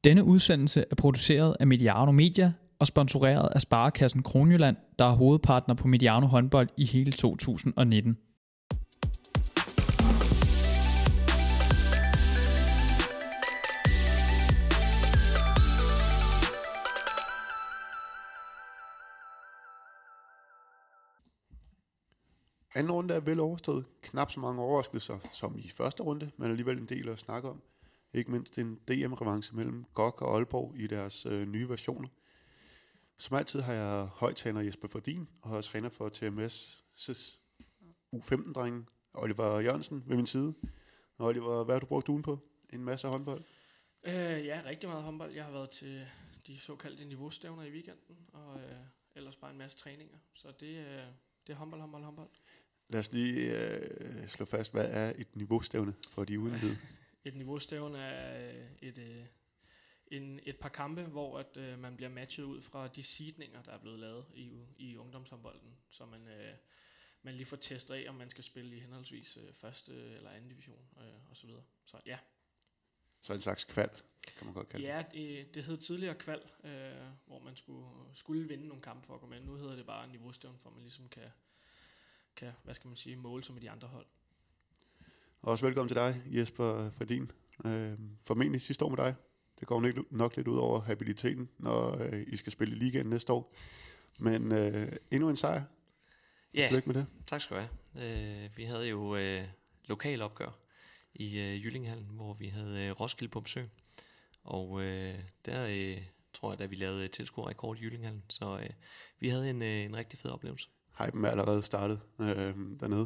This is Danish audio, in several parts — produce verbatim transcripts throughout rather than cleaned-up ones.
Denne udsendelse er produceret af Mediano Media og sponsoreret af Sparekassen Kronjylland, der er hovedpartner på Mediano håndbold i hele to tusind nitten. Anden runde er vel overstået. Knap så mange overraskelser som i første runde, men alligevel en del at snakke om. Ikke mindst en D M-revanche mellem G O G og Aalborg i deres øh, nye versioner. Som altid har jeg højtræner Jesper Fordin og er træner for T M S' U femten-drengen Oliver Jørgensen ved min side. Og Oliver, hvad har du brugt ugen på? En masse håndbold? Øh, ja, rigtig meget håndbold. Jeg har været til de såkaldte niveaustævner i weekenden, og øh, ellers bare en masse træninger. Så det, øh, det er håndbold, håndbold, håndbold. Lad os lige øh, slå fast, hvad er et niveaustævne for de uden vide? Et niveaustævne er et, øh, en, et par kampe, hvor at, øh, man bliver matchet ud fra de seedninger, der er blevet lavet i, i ungdomshåndbolden. Så man, øh, man lige får testet af, om man skal spille i henholdsvis øh, første eller anden division øh, og så videre. Så ja. Så en slags kval, kan man godt kalde ja, det. Ja, det, det hed tidligere kval, øh, hvor man skulle, skulle vinde nogle kampe for at gå med. Nu hedder det bare niveaustævne, for man ligesom kan, kan, hvad skal man sige, måle sig med de andre hold. Også velkommen til dig, Jesper Fordin. Øh, formentlig sidste år med dig. Det går nok lidt ud over habiliteten, når øh, I skal spille i ligaen næste år. Men øh, endnu en sejr. Ja, Tillykke med det. Tak skal du have. Øh, vi havde jo øh, lokal opgør i øh, Jyllinghallen, hvor vi havde øh, Roskilde på besøg. Og øh, der øh, tror jeg, da vi lavede tilskuerrekord i Jyllinghallen. Så øh, vi havde en, øh, en rigtig fed oplevelse. Hypen er allerede startet øh, dernede.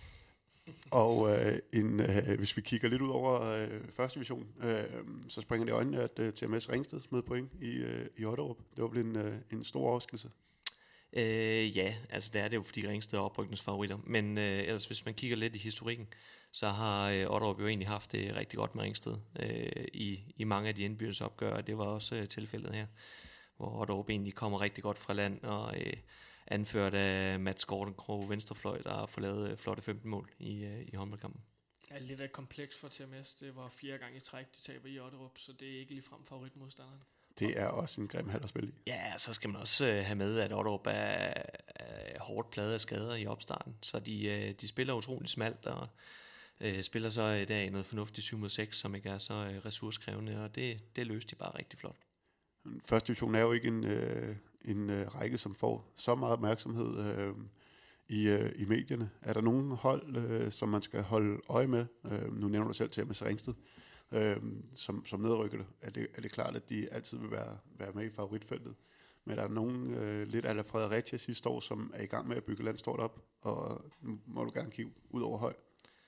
Og øh, en, øh, hvis vi kigger lidt ud over øh, første division, øh, så springer det i øjnene, at øh, T M S Ringsted smed point i, øh, i Otterup. Det var vel en, øh, en stor overraskelse. Øh, ja, altså det er det jo, fordi Ringsted er oprykningsfavoritter. Men øh, ellers, hvis man kigger lidt i historikken, så har øh, Otterup jo egentlig haft det rigtig godt med Ringsted øh, i, i mange af de indbyrdes opgør. Det var også øh, tilfældet her, hvor Otterup egentlig kommer rigtig godt fra land og øh, anført af Mats Gordenkrog venstrefløj, der har fået lavet flotte femten mål i, øh, i håndboldkampen. Ja, lidt af et kompleks for T M S. Det var fire gange i træk, de taber i Otterup, så det er ikke ligefrem favoritmodstanderen. Det er også en grim hal at spille i. Ja, så skal man også øh, have med, at Otterup er, er hårdt pladet af skader i opstarten. Så de, øh, de spiller utroligt smalt og øh, spiller så i dag noget fornuftigt syv mod seks, som ikke er så øh, ressourcekrævende, og det, det løste de bare rigtig flot. Første division er jo ikke en, øh, en øh, række, som får så meget opmærksomhed øh, i, øh, i medierne. Er der nogen hold, øh, som man skal holde øje med? Øh, nu nævner du selv T M S Ringsted. Øhm, som, som nedrykker, er det, er det klart, at de altid vil være, være med i favoritfeltet. Men der er nogen, øh, lidt a la Fredericia sidste år, som er i gang med at bygge land stort op, og nu må du gerne kigge ud over høj.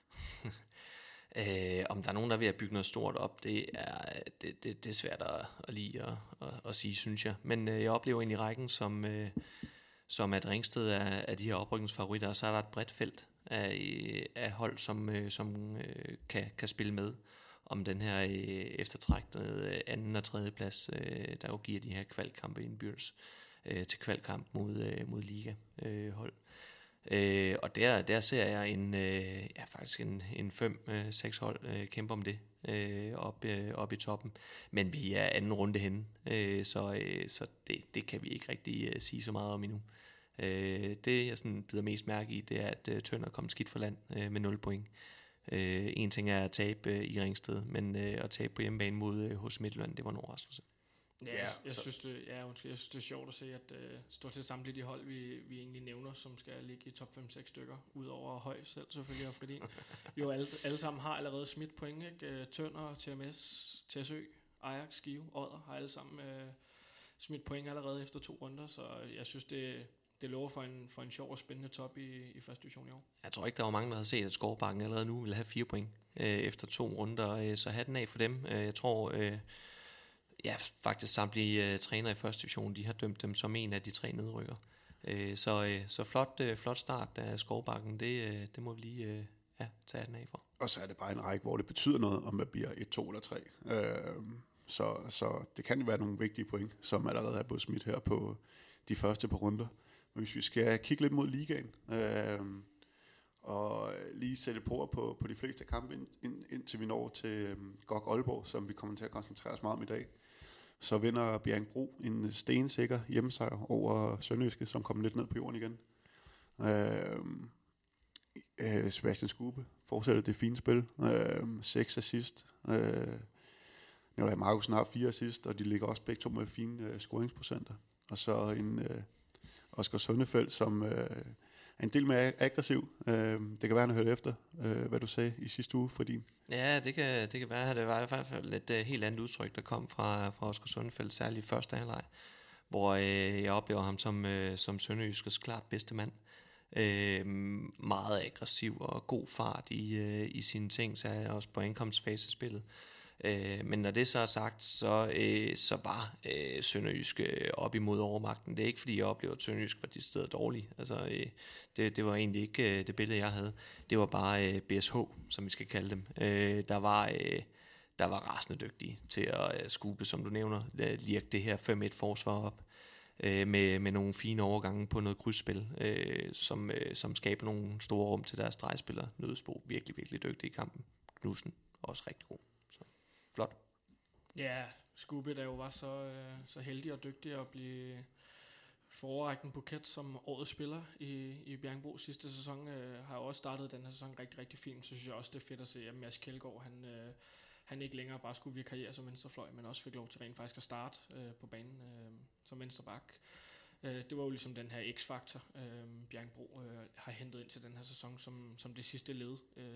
øh, om der er nogen, der er ved at bygge noget stort op, det er, det, det, det er svært at, at lige at, at, at sige, synes jeg. Men øh, jeg oplever ind i rækken, som, øh, som at Ringsted er, er de her oprykningsfavoritter, og så er der et bredt felt af, af hold, som, øh, som øh, kan, kan spille med om den her øh, eftertragtede anden og tredje plads, øh, der jo giver de her kvalkampe indbyrdes øh, til kvalkamp mod, øh, mod liga øh, hold. Øh, og der, der ser jeg en, øh, ja, faktisk en, en fem seks hold øh, kæmpe om det øh, op, øh, op i toppen. Men vi er anden runde henne, øh, så, øh, så det, det kan vi ikke rigtig øh, sige så meget om endnu. Øh, det jeg sådan bider mest mærke i, det er, at øh, Tønder er kommet skidt for land øh, med nul point. Uh, en ting er at tabe uh, i Ringsted, men uh, at tabe på hjemmebane mod uh, hos Midtjylland, det var en overraskelse. Ja, yeah, jeg, jeg, synes, det, ja, undskyld, jeg synes, det er sjovt at se, at uh, stort til samtlige de hold, vi, vi egentlig nævner, som skal ligge i top fem seks stykker, udover Høj selv selvfølgelig, og Fredin, jo alle, alle sammen har allerede smidt point, ikke? Uh, Tønder, T M S, T S Ø, Ajax, Skive, Odder har alle sammen uh, smidt point allerede efter to runder, så jeg synes, det Det lover for en, for en sjov og spændende top i, i første division i år. Jeg tror ikke, der var mange, der havde set, at Skovbakken allerede nu ville have fire point øh, efter to runder. Øh, så hatten af for dem. Øh, jeg tror, øh, ja, faktisk samtlige øh, trænere i første division, de har dømt dem som en af de tre nedrykker. Øh, så, øh, så flot, øh, flot start af Skovbakken, det, øh, det må vi lige øh, ja, tage hatten af for. Og så er det bare en række, hvor det betyder noget, om det bliver et, to eller tre. Øh, så, så det kan jo være nogle vigtige point, som allerede er blevet smidt her på de første par runder. Hvis vi skal kigge lidt mod ligaen, øh, og lige sætte på på, på de fleste kampe, ind, ind, indtil vi når til øh, G O G Aalborg, som vi kommer til at koncentrere os meget om i dag. Så vinder Bjerringbro en stensikker hjemmesejr over Sønderjyske, som kom lidt ned på jorden igen. Øh, øh, Sebastian Skube fortsætter det fine spil. Øh, seks assist. Øh, Nikolaj Markusen har fire assist, og de ligger også begge to med fine øh, scoringsprocenter. Og så en øh, Oscar Sønderfeldt, som øh, er en del mere aggressiv. Øh, det kan være, han har hørt efter, øh, hvad du sagde i sidste uge for din. Ja, det kan, det kan være, at det var i hvert fald et uh, helt andet udtryk, der kom fra, fra Oscar Sønderfeldt, særligt i første halvleg, hvor øh, jeg oplever ham som, øh, som Sønderjyskes klart bedste mand. Øh, meget aggressiv og god fart i, øh, i sine ting, så er også på indkomstfase spillet. Øh, men når det så er sagt, så, øh, så var øh, Sønderjysk øh, op imod overmagten. Det er ikke fordi jeg oplever, at Sønderjysk var de steder dårlige. Altså, øh, det, det var egentlig ikke øh, det billede jeg havde. Det var bare øh, B S H, som vi skal kalde dem. Øh, der var øh, der var rasende dygtige til at øh, skube, som du nævner, lirke det her fem et forsvar op øh, med, med nogle fine overgange på noget krydsspil, øh, som, øh, som skaber nogle store rum til deres stregspillere. Nødesbo virkelig, virkelig dygtig i kampen. Knudsen også rigtig god. Flot. Ja, Skube, der jo var så, øh, så heldig og dygtig at blive forerækken buket som årets spiller i, i Bjerringbro sidste sæson, øh, har jo også startet den her sæson rigtig, rigtig fint. Så synes jeg også, det er fedt at se, at Mads Kjeldgaard, han, øh, han ikke længere bare skulle vikariere som venstrefløj, men også fik lov til rent faktisk at starte øh, på banen øh, som venstreback. Øh, det var jo ligesom den her x-faktor, øh, Bjerringbro øh, har hentet ind til den her sæson som, som det sidste led øh,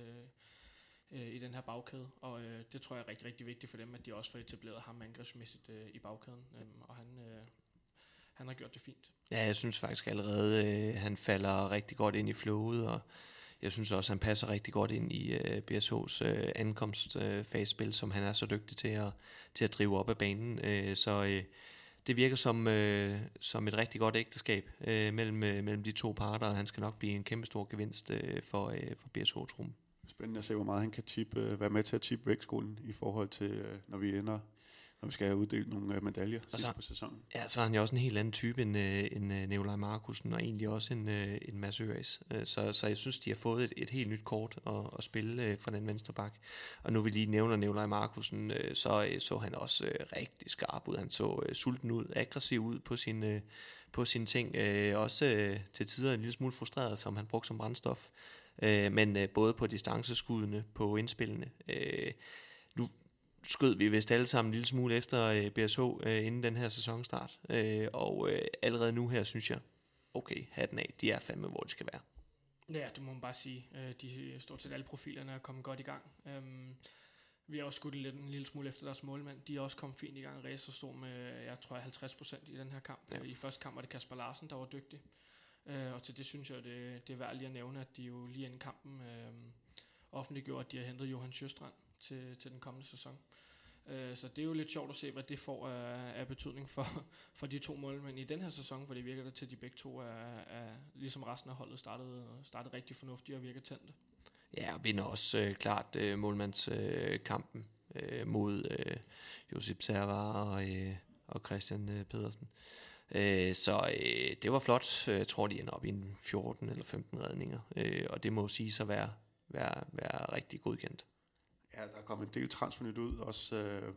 i den her bagkæde, og øh, det tror jeg er rigtig, rigtig vigtigt for dem, at de også får etableret ham angrebsmæssigt øh, i bagkæden, øhm, og han, øh, han har gjort det fint. Ja, jeg synes faktisk allerede, øh, han falder rigtig godt ind i flowet, og jeg synes også, han passer rigtig godt ind i øh, B S H's øh, ankomstfasespil, øh, som han er så dygtig til at, til at drive op af banen, øh, så øh, det virker som, øh, som et rigtig godt ægteskab øh, mellem, øh, mellem de to parter, og han skal nok blive en kæmpe stor gevinst øh, for, øh, for B S H-truppen. Spændende at se, hvor meget han kan tippe, være med til at tippe vægtskolen i forhold til, når vi ender, når vi skal have uddelt nogle medaljer sidst på sæsonen. Ja, så er han jo også en helt anden type end, end Nikolaj Markusen, og egentlig også en, en Mads Øres. Så, så jeg synes, de har fået et, et helt nyt kort at, at spille fra den venstre bak. Og nu vi lige nævner Nikolaj Markusen, så så han også rigtig skarp ud. Han så sulten ud, aggressiv ud på sin på sine ting. Også til tider en lille smule frustreret, som han brugte som brændstof. Øh, men øh, både på distanceskuddene, på indspillene. Øh, nu skød vi vist alle sammen en lille smule efter øh, B S H øh, inden den her sæsonstart. Øh, og øh, allerede nu her synes jeg, okay, hatten af, de er fandme, hvor de skal være. Ja, det må man bare sige. Øh, de stort set alle profilerne er kommet godt i gang. Um, vi har også skudt lidt, en lille smule efter deres målmand. De er også kommet fint i gang. Ræser stod med, jeg tror, halvtreds procent i den her kamp. Ja. I første kamp var det Kasper Larsen, der var dygtig. Uh, og til det synes jeg, det, det er værd lige at nævne, at de jo lige inden kampen uh, offentliggjorde, at de har hentet Johan Sjøstrand til, til den kommende sæson. Uh, så det er jo lidt sjovt at se, hvad det får af, af betydning for, for de to målmænd i den her sæson, for det virker der til, at de begge to er, er ligesom resten af holdet startet, startet rigtig fornuftigt og virker tændte. Ja, og vinder også øh, klart øh, målmandskampen øh, mod øh, Josip Servar og, øh, og Christian øh, Pedersen. Øh, så øh, det var flot. Jeg tror, de ender op i en fjorten eller femten redninger, øh, og det må sige så være, være, være rigtig godkendt. Ja, der er kommet en del transfernyt ud, også øh,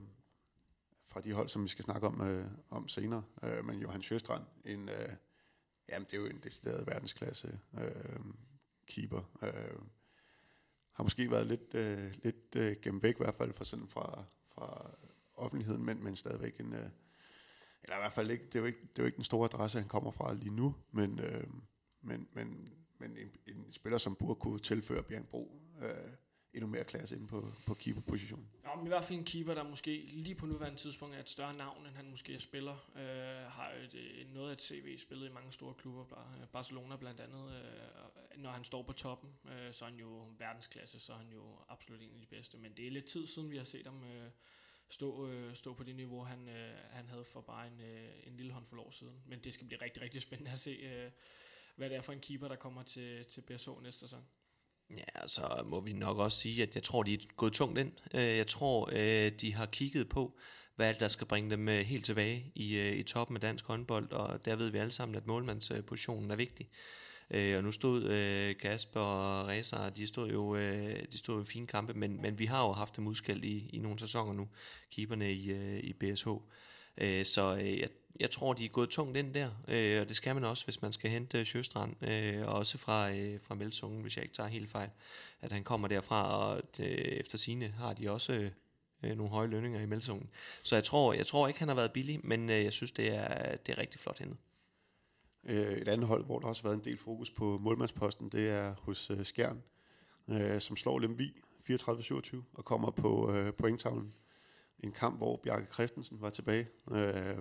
fra de hold, som vi skal snakke om, øh, om senere. Øh, men Johan Sjøstrand, en, øh, jamen, det er jo en decideret verdensklasse øh, keeper. Øh, har måske været lidt, øh, lidt øh, gemt væk, i hvert fald fra, sådan fra, fra offentligheden, men, men stadigvæk en... Øh, eller i hvert fald ikke, det er jo ikke, det er jo ikke den store adresse, han kommer fra lige nu, men, øh, men, men, men en, en spiller, som burde kunne tilføre Bjerringbro øh, endnu mere klasse inde på, på keeperpositionen. Ja, men i hvert fald en keeper, der måske lige på nuværende tidspunkt er et større navn, end han måske spiller. Øh, har jo et, noget af et C V, spillet i mange store klubber, Barcelona blandt andet. Øh, når han står på toppen, øh, så er han jo verdensklasse, så er han jo absolut en af de bedste. Men det er lidt tid siden, vi har set ham øh, stå, øh, stå på det niveau, han, øh, han havde for bare en, øh, en lille håndfuld år siden. Men det skal blive rigtig, rigtig spændende at se, øh, hvad det er for en keeper, der kommer til, til B S H næste sæson. Ja, så må vi nok også sige, at jeg tror, de er gået tungt ind. Jeg tror, de har kigget på, hvad der skal bringe dem helt tilbage i, i toppen af dansk håndbold, og der ved vi alle sammen, at målmandspositionen er vigtig. Og nu stod Kasper og Reza, de stod jo de stod jo i fine kampe, men, men vi har jo haft dem udskældt i, i nogle sæsoner nu, keeperne i, i B S H. Øh, så øh, jeg, jeg tror, de er gået tungt ind der, øh, og det skal man også, hvis man skal hente Sjöstrand, øh, og også fra, øh, fra Melsungen, hvis jeg ikke tager helt fejl, at han kommer derfra, og øh, efter sine har de også øh, nogle høje lønninger i Melsungen. Så jeg tror, jeg tror ikke, han har været billig, men øh, jeg synes, det er, det er rigtig flot hentet. Et andet hold, hvor der også har været en del fokus på målmandsposten, det er hos øh, Skjern, øh, som slår Lemvig fireogtredive syvogtyve og kommer på øh, pointtavlen. En kamp, hvor Bjarke Christensen var tilbage, øh,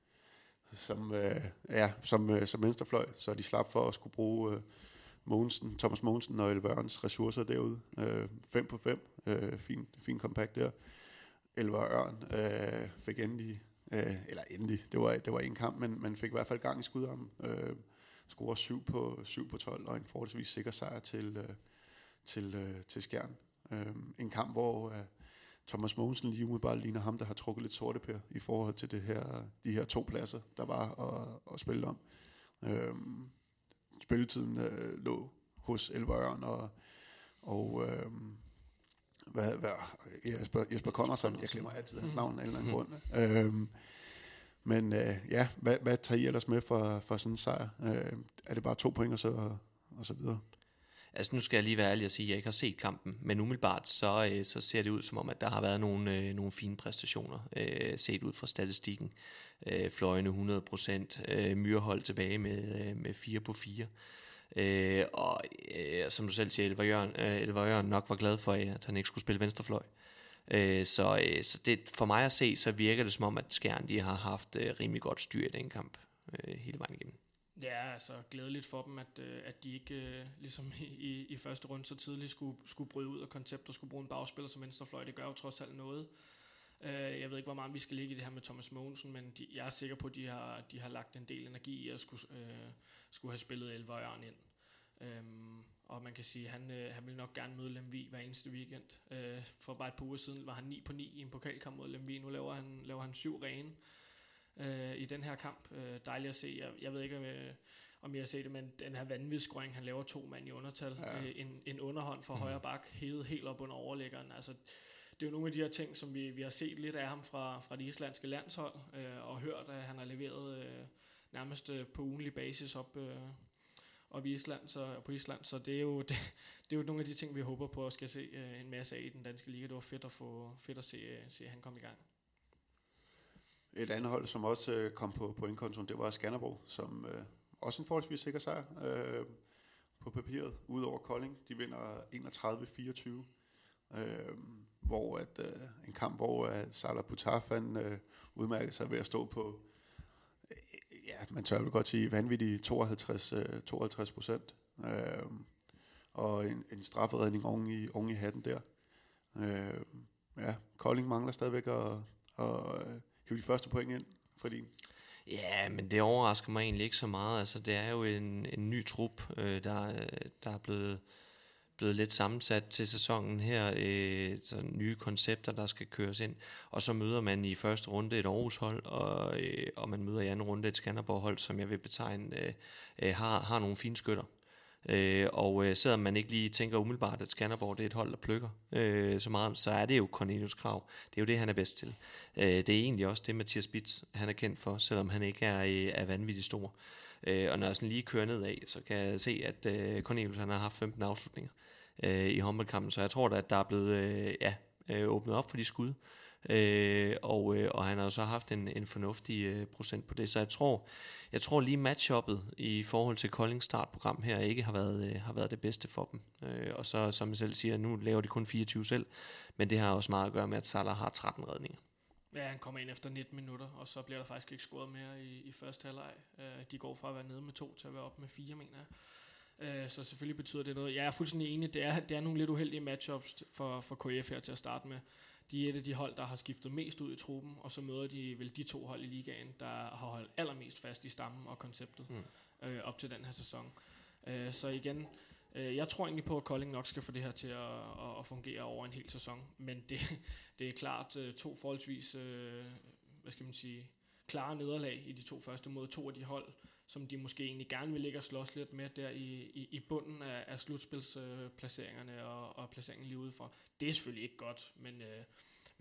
som, øh, ja, som, øh, som venstrefløj, så de slap for at skulle bruge øh, Mogensen, Thomas Mogensen og Elvørens ressourcer derude. Øh, fem på fem, øh, fin, fin comeback der. Elver Ørn øh, fik endelig, øh, eller endelig, det var, det var en kamp, men man fik i hvert fald gang i skudarmen. Øh, scorer syv på, syv på tolv, og en forholdsvis sikker sejr til, øh, til, øh, til Skjern. Øh, en kamp, hvor øh, Thomas Mogensen lige umiddelbart ligner ham, der har trukket lidt sorte per i forhold til det her, de her to pladser, der var at, at spille om. Øh, spilletiden øh, lå hos Elver Ørn og, og øh, hvad, hvad, Jesper, Jesper Conradsen, jeg glemmer altid hans navn af en eller anden grund. Øhm, men øh, ja, hvad, hvad tager I ellers med for, for sådan en sejr? Øh, er det bare to point og så, og så videre? Altså nu skal jeg lige være ærlig og sige, at jeg ikke har set kampen, men umiddelbart så, øh, så ser det ud som om, at der har været nogle, øh, nogle fine præstationer, øh, set ud fra statistikken. Øh, fløjene hundrede procent, øh, Myrhold tilbage med, øh, med fire på fire. Øh, og øh, som du selv siger, Elver Jørgen, øh, Elver Jørgen nok var glad for, at han ikke skulle spille venstrefløj. Øh, så øh, så det, for mig at se, så virker det som om, at Skjern de har haft øh, rimelig godt styr i den kamp øh, hele vejen igennem. Ja, altså glædeligt for dem, at, øh, at de ikke øh, ligesom i, i, i første runde så tidligt skulle, skulle bryde ud af konceptet og skulle bruge en bagspiller som venstrefløj. Det gør jo trods alt noget. Uh, jeg ved ikke, hvor meget vi skal ligge i det her med Thomas Mogensen, men de, jeg er sikker på, at de har, de har lagt en del energi i at skulle, uh, skulle have spillet Elver Ørn ind. Um, og man kan sige, at han, uh, han vil nok gerne møde Lemvig hver eneste weekend. Uh, for bare et par uger siden var han ni på ni i en pokalkamp mod Lemvig. Nu laver han, laver han syv rene uh, i den her kamp. Uh, dejligt at se. Jeg, jeg ved ikke, uh, om jeg har set det, men den her vanvidsscoring, han laver to mand i undertal. Ja. Uh, en, en underhånd fra mm. højre bak, hævet helt op under overlæggeren. Altså, det er jo nogle af de her ting, som vi, vi har set lidt af ham fra, fra det islandske landshold, øh, og hørt, at han har leveret øh, nærmest øh, på ugenlig basis op, øh, op i Island, så, på Island. Så det er, jo, det, det er jo nogle af de ting, vi håber på at skal se øh, en masse af i den danske liga. Det var fedt at, få, fedt at se, øh, se, at han kom i gang. Et andet hold, som også øh, kom på pointkontoen, det var Skanderborg, som øh, også en forholdsvis sikker sejr øh, på papiret, udover Kolding. De vinder enogtredive fireogtyve. Øh, hvor at, øh, en kamp, hvor uh, Salah Boutaf han øh, udmærkede sig ved at stå på, øh, ja, man tør vel godt sige, vanvittige tooghalvtreds procent, øh, og en, en strafferedning oven i, oven i hatten der. Øh, ja, Kolding mangler stadigvæk at, at hive de første point ind, fordi... Ja, men det overrasker mig egentlig ikke så meget. Altså, det er jo en, en ny trup, øh, der, der er blevet... blevet lidt sammensat til sæsonen her, øh, så nye koncepter, der skal køres ind, og så møder man i første runde et Aarhus-hold, og, øh, og man møder i anden runde et Skanderborg-hold, som jeg vil betegne, øh, øh, har, har nogle fine skytter. Øh, og øh, selvom man ikke lige tænker umiddelbart, at Skanderborg det er et hold, der plukker øh, så meget, så er det jo Cornelius Krav. Det er jo det, han er bedst til. Øh, det er egentlig også det, Mathias Bitz, han er kendt for, selvom han ikke er, øh, er vanvittigt stor. Øh, og når jeg sådan lige kører nedad, så kan jeg se, at øh, Cornelius han har haft femten afslutninger øh, i håndboldkampen, så jeg tror da, at der er blevet øh, ja, øh, åbnet op for de skud, øh, og, øh, og han har jo så haft en, en fornuftig øh, procent på det, så jeg tror, jeg tror lige matchuppet i forhold til Koldings startprogram her ikke har været, øh, har været det bedste for dem, øh, og så som jeg selv siger, nu laver de kun fireogtyve selv, men det har også meget at gøre med, at Salah har tretten redninger. Ja, han kommer ind efter nitten minutter, og så bliver der faktisk ikke scoret mere i, i første halvleg. Uh, de går fra at være nede med to til at være op med fire, mener jeg. Uh, så selvfølgelig betyder det noget. Jeg er fuldstændig enig, det er, det er nogle lidt uheldige matchups for, for K F her til at starte med. De er et af de hold, der har skiftet mest ud i truppen, og så møder de vel de to hold i ligaen, der har holdt allermest fast i stammen og konceptet mm. uh, op til den her sæson. Uh, så igen... Jeg tror egentlig på, at Kolding nok skal få det her til at, at, at fungere over en hel sæson, men det, det er klart to forholdsvis, hvad skal man sige, klare nederlag i de to første mod to af de hold, som de måske egentlig gerne vil ligge og slås lidt med der i, i, i bunden af, af slutspilsplaceringerne og, og placeringen lige udefra. Det er selvfølgelig ikke godt, men, men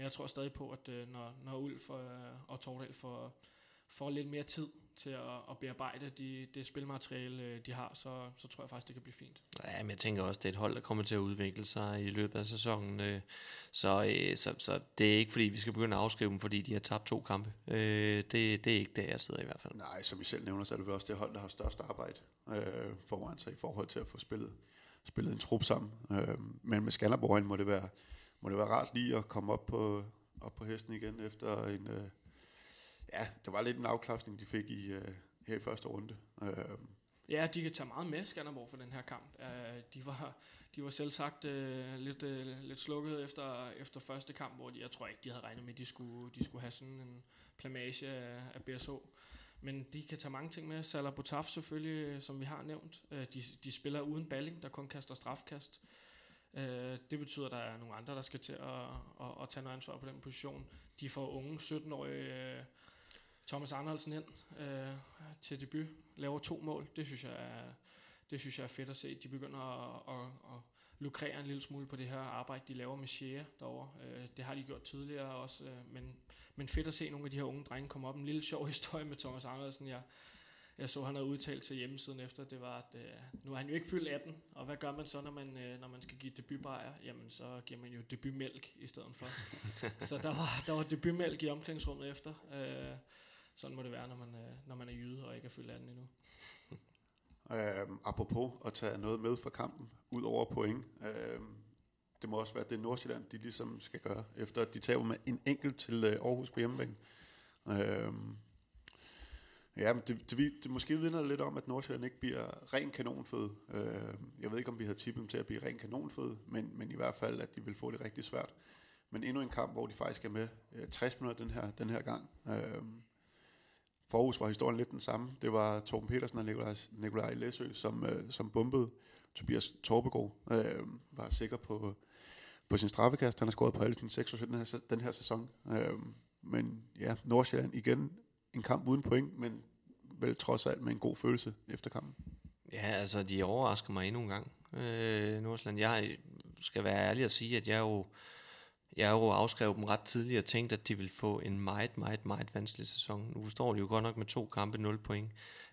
men jeg tror stadig på, at øh, når, når Ulf og, og Tordal får, får lidt mere tid til at, at bearbejde de, det spilmateriale, de har, så, så tror jeg faktisk, det kan blive fint. Ja, men jeg tænker også, det er et hold, der kommer til at udvikle sig i løbet af sæsonen. Øh, så, øh, så, så det er ikke fordi, vi skal begynde at afskrive dem, fordi de har tabt to kampe. Øh, det, det er ikke der, jeg sidder i hvert fald. Nej, som vi selv nævner, så er det vel også det hold, der har størst arbejde øh, foran sig i forhold til at få spillet, spillet en trup sammen. Øh, men med Skanderborg må det være, må det være rart lige at komme op på, op på hesten igen efter en... Øh, ja, det var lidt en afklapsning, de fik i, øh, her i første runde. Øh, Ja, de kan tage meget med Skanderborg for den her kamp. Uh, de var de var selv sagt uh, lidt uh, lidt slukket efter efter første kamp, hvor de, jeg tror ikke de havde regnet med at de skulle de skulle have sådan en plamage af, af B S H. Men de kan tage mange ting med. Salah Boutaf selvfølgelig, som vi har nævnt. Uh, de de spiller uden Balling, der kun kaster strafkast. Uh, det betyder at der er nogle andre der skal til at at, at tage noget ansvar på den position. De får unge sytten-årige uh, Thomas Arnoldsen ind øh, til debut, laver to mål. Det synes jeg er, det synes jeg er fedt at se. De begynder at, at, at lukrere en lille smule på det her arbejde, de laver med Shea derovre. Øh, det har de gjort tidligere også, øh, men, men fedt at se nogle af de her unge drenge komme op. En lille sjov historie med Thomas Arnoldsen. Jeg, jeg så, han havde udtalt til hjemmesiden efter, det var, at øh, nu er han jo ikke fyldt atten, og hvad gør man så, når man, øh, når man skal give debutbajer? Jamen, så giver man jo debutmælk i stedet for. Så der var, der var debutmælk i omklædningsrummet efter. Øh, Sådan må det være, når man, øh, når man er jyde og ikke er fyldt atten endnu. øhm, apropos at tage noget med fra kampen, ud over point. Øhm, det må også være det Nordsjælland, de ligesom skal gøre, efter at de taber med en enkelt til øh, Aarhus på hjemmebane. Øhm, ja, men det, det, det, det måske vidner lidt om, at Nordsjælland ikke bliver ren kanonføde. Øhm, jeg ved ikke, om vi havde tippet dem til at blive ren kanonføde, men, men i hvert fald, at de vil få det rigtig svært. Men endnu en kamp, hvor de faktisk er med øh, tres minutter den her, den her gang. Øhm, For Aarhus var historien lidt den samme. Det var Torben Petersen og Nikolaj, Nikolaj Læsø, som, øh, som bombede. Tobias Torbegaard øh, var sikker på, på sin straffekast. Han har scoret på alle sine seks den her, den her sæson. Øh, men ja, Nordsjælland igen en kamp uden point, men vel trods alt med en god følelse efter kampen. Ja, altså de overrasker mig endnu en gang. Øh, Nordsjælland, jeg skal være ærlig og sige, at jeg jo Jeg har jo afskrevet dem ret tidligt og tænkt, at de vil få en meget, meget, meget vanskelig sæson. Nu står de jo godt nok med to kampe, nul point.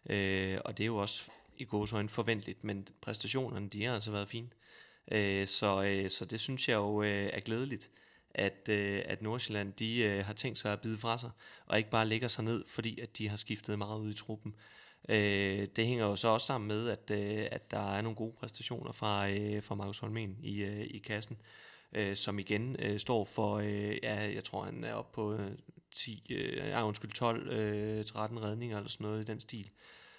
Øh, og det er jo også i gåseøjne forventeligt, men præstationerne, de har altså været fine. Øh, så, øh, så det synes jeg jo øh, er glædeligt, at, øh, at Nordsjælland, de øh, har tænkt sig at bide fra sig, og ikke bare lægger sig ned, fordi at de har skiftet meget ud i truppen. Øh, det hænger jo så også sammen med, at, øh, at der er nogle gode præstationer fra, øh, fra Markus Holmén i, øh, i kassen. Øh, som igen øh, står for, øh, ja, jeg tror han er oppe på øh, ti, øh, ja, undskyld, tolv, øh, tretten redninger eller sådan noget i den stil.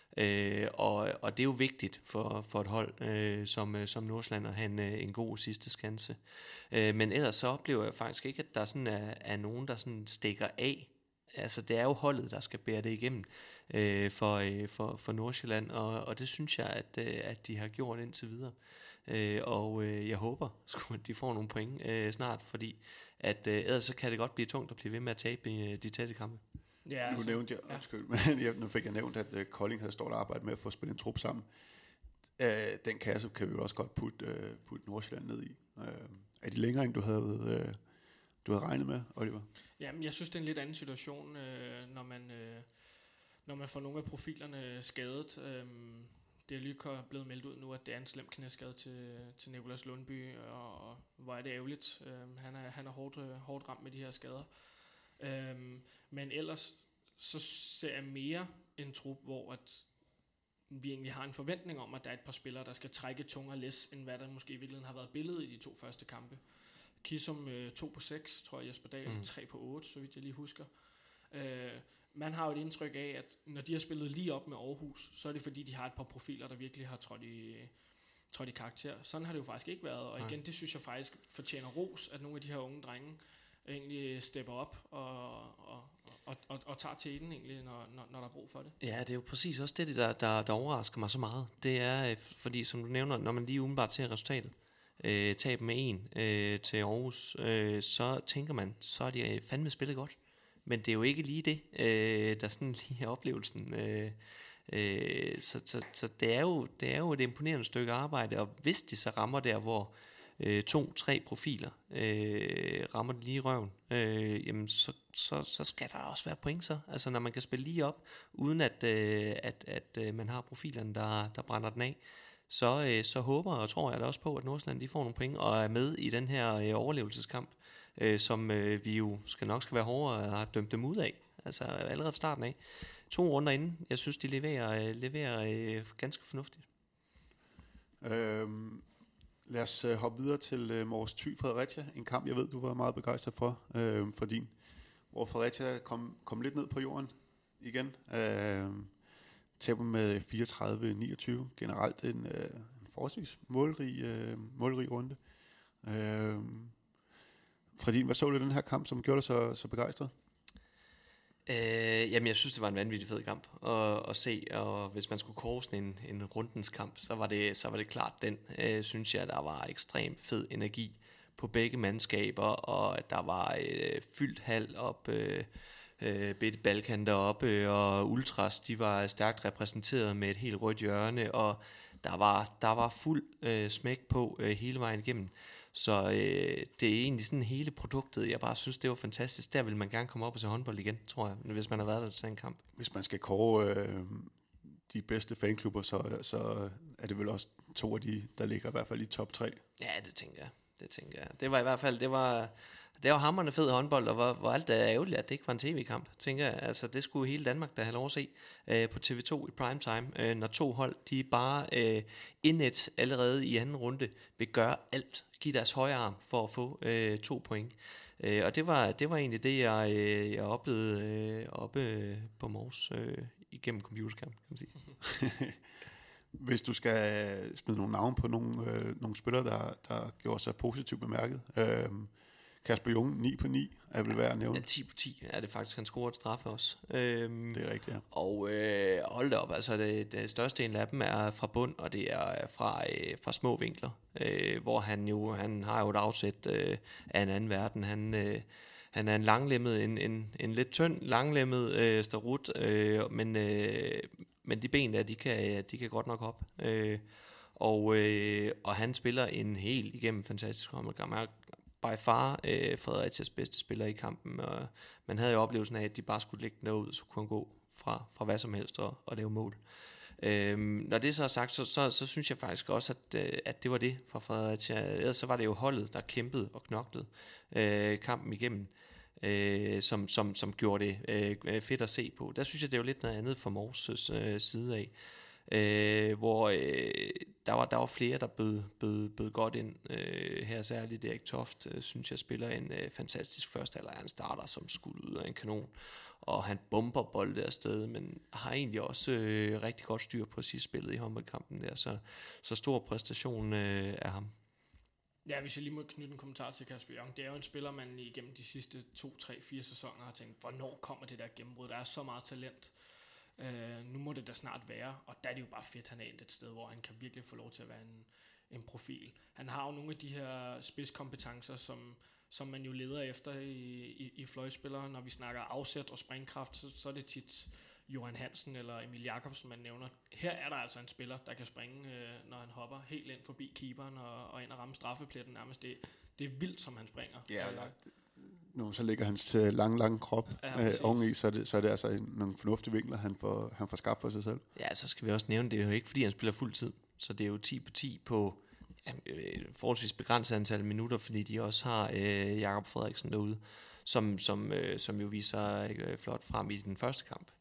Øh, og, og det er jo vigtigt for, for et hold øh, som, øh, som Nordsjælland at have en, øh, en god sidste skanse. Øh, men ellers så oplever jeg faktisk ikke, at der sådan er, er nogen, der sådan stikker af. Altså det er jo holdet, der skal bære det igennem øh, for, øh, for, for Nordsjælland, og, og det synes jeg, at, øh, at de har gjort indtil videre. Øh, og øh, jeg håber, at de får nogle point øh, snart, fordi at, øh, ellers så kan det godt blive tungt at blive ved med at tabe øh, de tætte kampe. Ja, nu altså, nævnte jeg, ja. undskyld, men jeg, nu fik jeg nævnt, at uh, Kolding havde stort arbejde med at få spillet en trup sammen. Uh, den kasse kan vi jo også godt putte, uh, putte Nordsjælland ned i. Uh, er de længere, end du havde, uh, du havde regnet med, Oliver? Jamen, jeg synes, det er en lidt anden situation, øh, når, man, øh, når man får nogle af profilerne skadet. Øh, det er lige blevet meldt ud nu, at det er en slem knæskade til, til Nicolas Lundby, og, og hvor er det ærgerligt. Øh, han er, han er hårdt, hårdt ramt med de her skader. Øh, men ellers så ser jeg mere en trup, hvor at vi egentlig har en forventning om, at der er et par spillere, der skal trække tungere læs, end hvad der måske i virkeligheden har været billedet i de to første kampe. Kisum øh, to på seks, tror jeg, Jesper Dahl, mm. tre på otte, så vidt jeg lige husker. Øh, man har jo et indtryk af, at når de har spillet lige op med Aarhus, så er det fordi, de har et par profiler, der virkelig har trådt i, trådt i karakter. Sådan har det jo faktisk ikke været, og igen, det synes jeg faktisk fortjener ros, at nogle af de her unge drenge egentlig stepper op og, og, og, og, og tager teten egentlig, når, når, når der er brug for det. Ja, det er jo præcis også det, der, der, der overrasker mig så meget. Det er, fordi som du nævner, når man lige umiddelbart ser resultatet, øh, tab med en øh, til Aarhus, øh, så tænker man, så er de fandme spillet godt. Men det er jo ikke lige det, øh, der sådan lige er oplevelsen. Øh, øh, så så, så det, er jo, det er jo et imponerende stykke arbejde, og hvis de så rammer der, hvor øh, to, tre profiler, øh, rammer det lige i røven, øh, jamen så, så, så skal der også være point så. Altså når man kan spille lige op, uden at, øh, at, at øh, man har profilerne, der, der brænder den af, så, øh, så håber og tror jeg da også på, at Nordsjælland de får nogle point, og er med i den her øh, overlevelseskamp, øh, som øh, vi jo skal nok skal være hårdere og har dømt dem ud af. Altså allerede fra starten af. To runder inden. Jeg synes, de leverer, øh, leverer øh, ganske fornuftigt. Øhm, lad os øh, hoppe videre til øh, Mors Thy Fredericia. En kamp, jeg ved, du var meget begejstret for, øh, for din. Hvor Fredericia kom, kom lidt ned på jorden igen. Øh, taber med fireogtredive niogtyve. Generelt en, øh, en forholdsvis målrig, øh, målrig runde. Øh, Fredin, hvad så du i den her kamp, som gjorde dig så, så begejstret? Øh, jamen jeg synes det var en vanvittig fed kamp at, at se, og hvis man skulle kåre sådan en, en rundens kamp, så var det, så var det klart den, øh, synes jeg, der var ekstremt fed energi på begge mandskaber, og at der var øh, fyldt hal op, øh, øh, Bitte Balkan deroppe, og Ultras, de var stærkt repræsenteret med et helt rødt hjørne, og der var, der var fuld øh, smæk på øh, hele vejen igennem. Så øh, det er egentlig sådan hele produktet, jeg bare synes, det var fantastisk. Der vil man gerne komme op og se håndbold igen, tror jeg, hvis man har været der til en kamp. Hvis man skal kåre øh, de bedste fanklubber, så, så er det vel også to af de, der ligger i hvert fald i top tre. Ja, det tænker jeg. Det tænker jeg. Det var i hvert fald, det var, det var hamrende fed håndbold, og hvor, hvor alt det er ærgerligt, at det ikke var en tv-kamp, tænker jeg. Altså, det skulle hele Danmark da have lov at se øh, på T V to i primetime, øh, når to hold, de bare øh, indet allerede i anden runde vil gøre alt, give deres højre arm for at få øh, to point. Øh, og det var, det var egentlig det, jeg, øh, jeg oplevede øh, oppe øh, på Mors øh, igennem computerskærm, kan man sige. Hvis du skal smide nogle navne på nogle, øh, nogle spillere, der, der gjorde sig positivt bemærket. Øh, Kasper Jung, ni på ni, er vel værd at nævne. Ja, ti på ti er det faktisk, han scorer et straffe også. Øhm, det er rigtigt, ja. Og øh, hold da op, altså det, det største en af dem er fra bund, og det er fra, øh, fra små vinkler, øh, hvor han jo, han har jo et afsæt øh, af en anden verden. Han, øh, han er en langlemmet, en, en, en lidt tynd, langlemmet øh, starut, øh, men, øh, men de ben der, de kan, de kan godt nok hoppe. Øh, og, øh, og han spiller en helt igennem fantastisk håndboldkamp. By far øh, Frederiциas bedste spiller i kampen, og man havde jo oplevelsen af, at de bare skulle lægge den derud, så kunne han gå fra, fra hvad som helst og, og lave mål. Øhm, når det så er sagt, så, så, så synes jeg faktisk også, at, øh, at det var det fra Fredericia. Ellers så var det jo holdet, der kæmpede og knoklede øh, kampen igennem, øh, som, som, som gjorde det øh, fedt at se på. Der synes jeg, det er jo lidt noget andet fra Mors' øh, side af. Øh, hvor øh, der, var, der var flere, der bød, bød, bød godt ind. Øh, her særligt Erik Toft, øh, synes jeg, spiller en øh, fantastisk første halvleg. Han starter som skud ud af en kanon, og han bomber bolde afsted, men har egentlig også øh, rigtig godt styr på sidste spillet i håndboldkampen der. Så, så stor præstation øh, af ham. Ja, hvis jeg lige må knytte en kommentar til Kasper Jung. Det er jo en spiller, man igennem de sidste to, tre, fire sæsoner har tænkt, hvornår kommer det der gennembrud? Der er så meget talent. Uh, nu må det da snart være, og der er det jo bare fedt, han er endt et sted, hvor han kan virkelig få lov til at være en, en profil. Han har jo nogle af de her spidskompetencer, som, som man jo leder efter i, i, i fløjspillere. Når vi snakker afsæt og springkraft, så, så er det tit Johan Hansen eller Emil Jakobsen, man nævner. Her er der altså en spiller, der kan springe, uh, når han hopper helt ind forbi keeperen og, og ind og ramme straffepletten nærmest. Det, det er vildt, som han springer. Ja, uh, nu så ligger hans øh, lange, lange krop ja, øh, oveni, så er, det, så er det altså en, nogle fornuftige vinkler, han får, han får skabt for sig selv. Ja, så skal vi også nævne, det er jo ikke, fordi han spiller fuld tid, så det er jo ti på ti på ja, forholdsvis begrænset antal minutter, fordi de også har øh, Jakob Frederiksen derude, som, som, øh, som jo viser øh, flot frem i den første kamp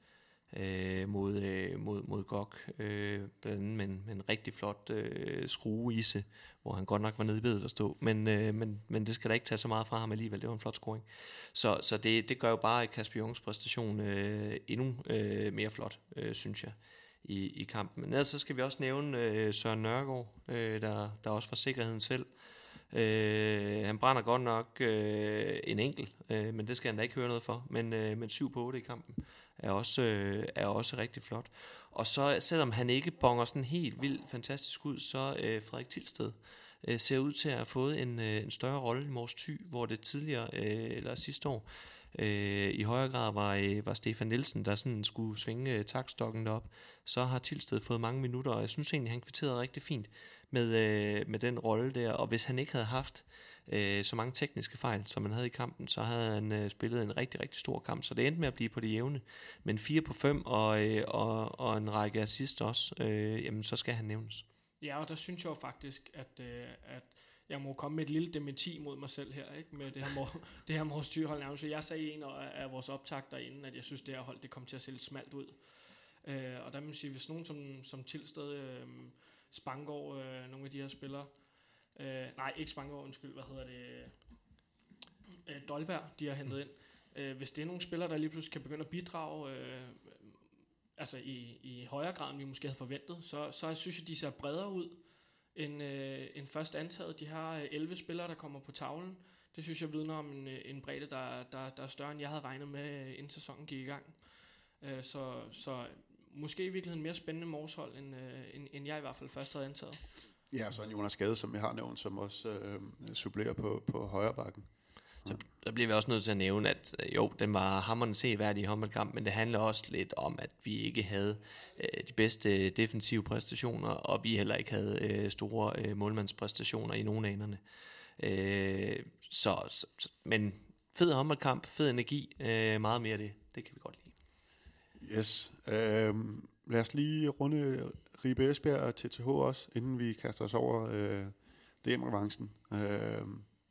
øh, mod, øh, mod, mod G O G, øh, blandt andet med en, med en rigtig flot øh, skrueise, hvor han godt nok var nede i bedet at stå, men, øh, men, men det skal da ikke tage så meget fra ham alligevel. Det var en flot scoring. Så, så det, det gør jo bare Kasper Jungs præstation øh, endnu øh, mere flot, øh, synes jeg, i, i kampen. Men ellers så skal vi også nævne øh, Søren Nørgaard, øh, der, der også var sikkerheden selv. Øh, han brænder godt nok øh, en enkelt, øh, men det skal han da ikke høre noget for. Men, øh, men syv på otte i kampen er også, øh, er også rigtig flot. Og så selvom han ikke bonger sådan helt vildt fantastisk ud, så øh, Frederik Tilsted øh, ser ud til at have fået en, øh, en større rolle i Mors Thy, hvor det tidligere, øh, eller sidste år, øh, i højere grad var, øh, var Stefan Nielsen, der sådan skulle svinge øh, taktstokken op, så har Tilsted fået mange minutter, og jeg synes egentlig, han kvitterede rigtig fint med, øh, med den rolle der, og hvis han ikke havde haft øh, så mange tekniske fejl, som han havde i kampen, så havde han øh, spillet en rigtig, rigtig stor kamp, så det endte med at blive på det jævne, men fire på fem og, øh, og, og en række assist også, øh, jamen så skal han nævnes. Ja, og der synes jeg jo faktisk, at, øh, at jeg må komme med et lille dementi mod mig selv her, ikke? Med det her, mor, det her Mors Thyhold nærmest. Jeg sagde i en af, af vores optagter inden, at jeg synes, det her hold det kom til at se lidt smalt ud. Øh, og der må man sige, hvis nogen som, som Tilsted, øh, Spangård, øh, nogle af de her spillere, øh, nej, ikke Spangård, undskyld, hvad hedder det, øh, Dolberg, de har hentet ind. Øh, hvis det er nogle spillere, der lige pludselig kan begynde at bidrage, øh, altså i, i højere grad, end vi måske havde forventet, så, så synes jeg, de ser bredere ud end, øh, end først antaget. De har elleve spillere, der kommer på tavlen. Det synes jeg vidner om en, en bredde, der, der, der er større, end jeg havde regnet med, inden sæsonen gik i gang. Øh, så, så måske i virkeligheden mere spændende Morshold, end, øh, end, end jeg i hvert fald først havde antaget. Ja, så en Jonas Gade, som jeg har nævnt, som også øh, supplerer på, på højre bakken. Så der bliver vi også nødt til at nævne, at jo, den var hammerende seværdig i håndboldkamp, men det handler også lidt om, at vi ikke havde øh, de bedste defensive præstationer, og vi heller ikke havde øh, store øh, målmandspræstationer i nogen af enerne. Øh, så, så, men fed håndboldkamp, fed energi, øh, meget mere af det. Det kan vi godt lide. Yes. Øh, lad os lige runde Ribe Esbjerg og T T H også, inden vi kaster os over øh, D M-revancen. Øh,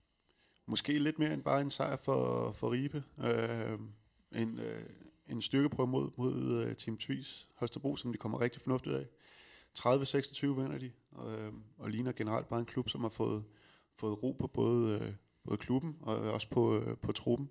Måske lidt mere end bare en sejr for, for Ribe. Øh, en, øh, en styrkeprøve mod, mod uh, Team Tvis Holstebro, som de kommer rigtig fornuftigt af. tredive seksogtyve vinder de, øh, og ligner generelt bare en klub, som har fået, fået ro på både, øh, både klubben og også på, øh, på truppen.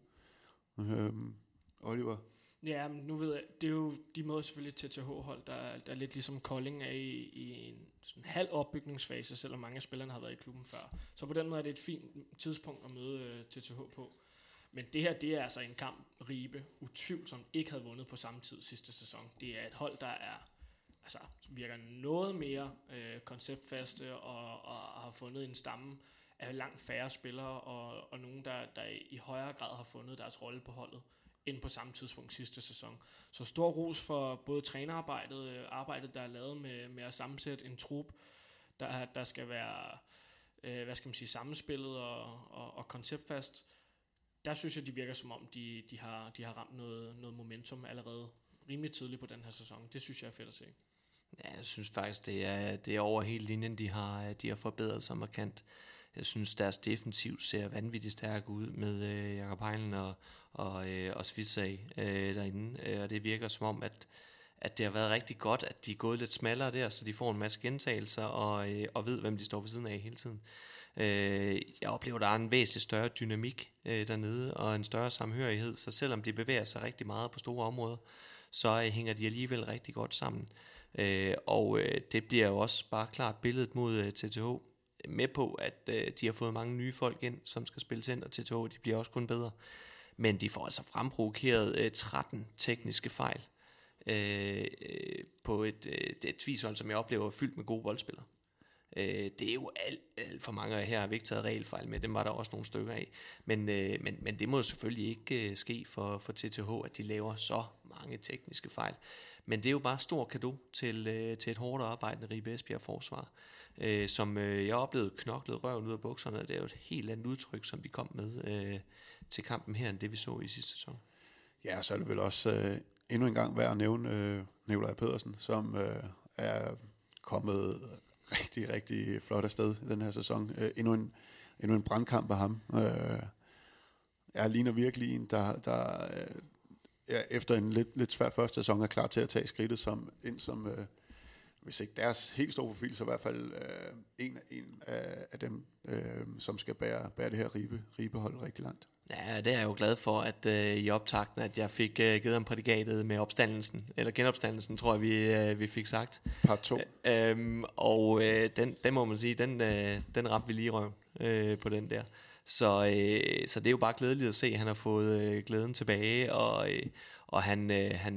Øh, Oliver? Ja, men nu ved jeg, det er jo de måder selvfølgelig T T H-hold, der, der er lidt ligesom Kolding er i, i en sådan halv opbygningsfase, selvom mange af spillerne har været i klubben før. Så på den måde er det et fint tidspunkt at møde uh, T T H på. Men det her, det er altså en kamp, Ribe utvivlsomt ikke havde vundet på samme tid sidste sæson. Det er et hold, der er altså virker noget mere øh, konceptfaste og, og har fundet en stamme af langt færre spillere og, og nogen, der, der i højere grad har fundet deres rolle på holdet end på samme tidspunkt sidste sæson. Så stor ros for både trænerarbejdet, arbejdet der er lavet med, med at sammensætte en trup, der, der skal være, øh, hvad skal man sige, sammenspillet og, og, og konceptfast. Der synes jeg, de virker som om, de, de, har, de har ramt noget, noget momentum allerede rimelig tidligt på den her sæson. Det synes jeg er fedt at se. Ja, jeg synes faktisk, det er, det er over hele linjen, de har, de har forbedret sig markant. Jeg synes, deres defensiv ser vanvittigt stærk ud med øh, Jakob Heinlen og, og, øh, og Svitsag øh, derinde. Øh, og det virker som om, at, at det har været rigtig godt, at de er gået lidt smallere der, så de får en masse gentagelser og, øh, og ved, hvem de står ved siden af hele tiden. Øh, jeg oplever, der er en væsentlig større dynamik øh, dernede og en større samhørighed, så selvom de bevæger sig rigtig meget på store områder, så øh, hænger de alligevel rigtig godt sammen. Øh, og øh, det bliver jo også bare klart billedet mod øh, T T H. Med på, at øh, de har fået mange nye folk ind, som skal spille ind, og T T H, de bliver også kun bedre. Men de får altså fremprovokeret øh, tretten tekniske fejl øh, øh, på et, øh, det et Tvis-hold, som jeg oplever fyldt med gode boldspillere. Øh, det er jo alt, alt for mange af her har vi ikke taget regelfejl med, dem var der også nogle stykker af. Men, øh, men, men det må selvfølgelig ikke øh, ske for, for T T H, at de laver så mange tekniske fejl. Men det er jo bare stor cadeau til, øh, til et hårdt arbejdende Ribe Esbjerg forsvar, øh, som øh, jeg oplevede knoklede røven ud af bukserne. Det er jo et helt andet udtryk, som de kom med øh, til kampen her, end det vi så i sidste sæson. Ja, så er det vel også øh, endnu en gang værd at nævne øh, Nikolaj Pedersen, som øh, er kommet rigtig, rigtig flot afsted i den her sæson. Øh, endnu, en, endnu en brandkamp af ham. Øh, jeg ligner virkelig en, der, der øh, ja, efter en lidt, lidt svær første sæson er klar til at tage skridtet som, ind som, øh, hvis ikke deres helt store profil, så i hvert fald øh, en, en af, af dem, øh, som skal bære, bære det her ribe, ribehold rigtig langt. Ja, det er jeg jo glad for, at øh, i optakten, at jeg fik øh, givet ham prædikatet med opstandelsen, eller genopstandelsen, tror jeg, vi, øh, vi fik sagt. Part to. Øhm, og øh, den, den må man sige, den, øh, den ramte vi lige i røven øh, på den der. Så, øh, så det er jo bare glædeligt at se, at han har fået øh, glæden tilbage, og, øh, og han, øh, han, han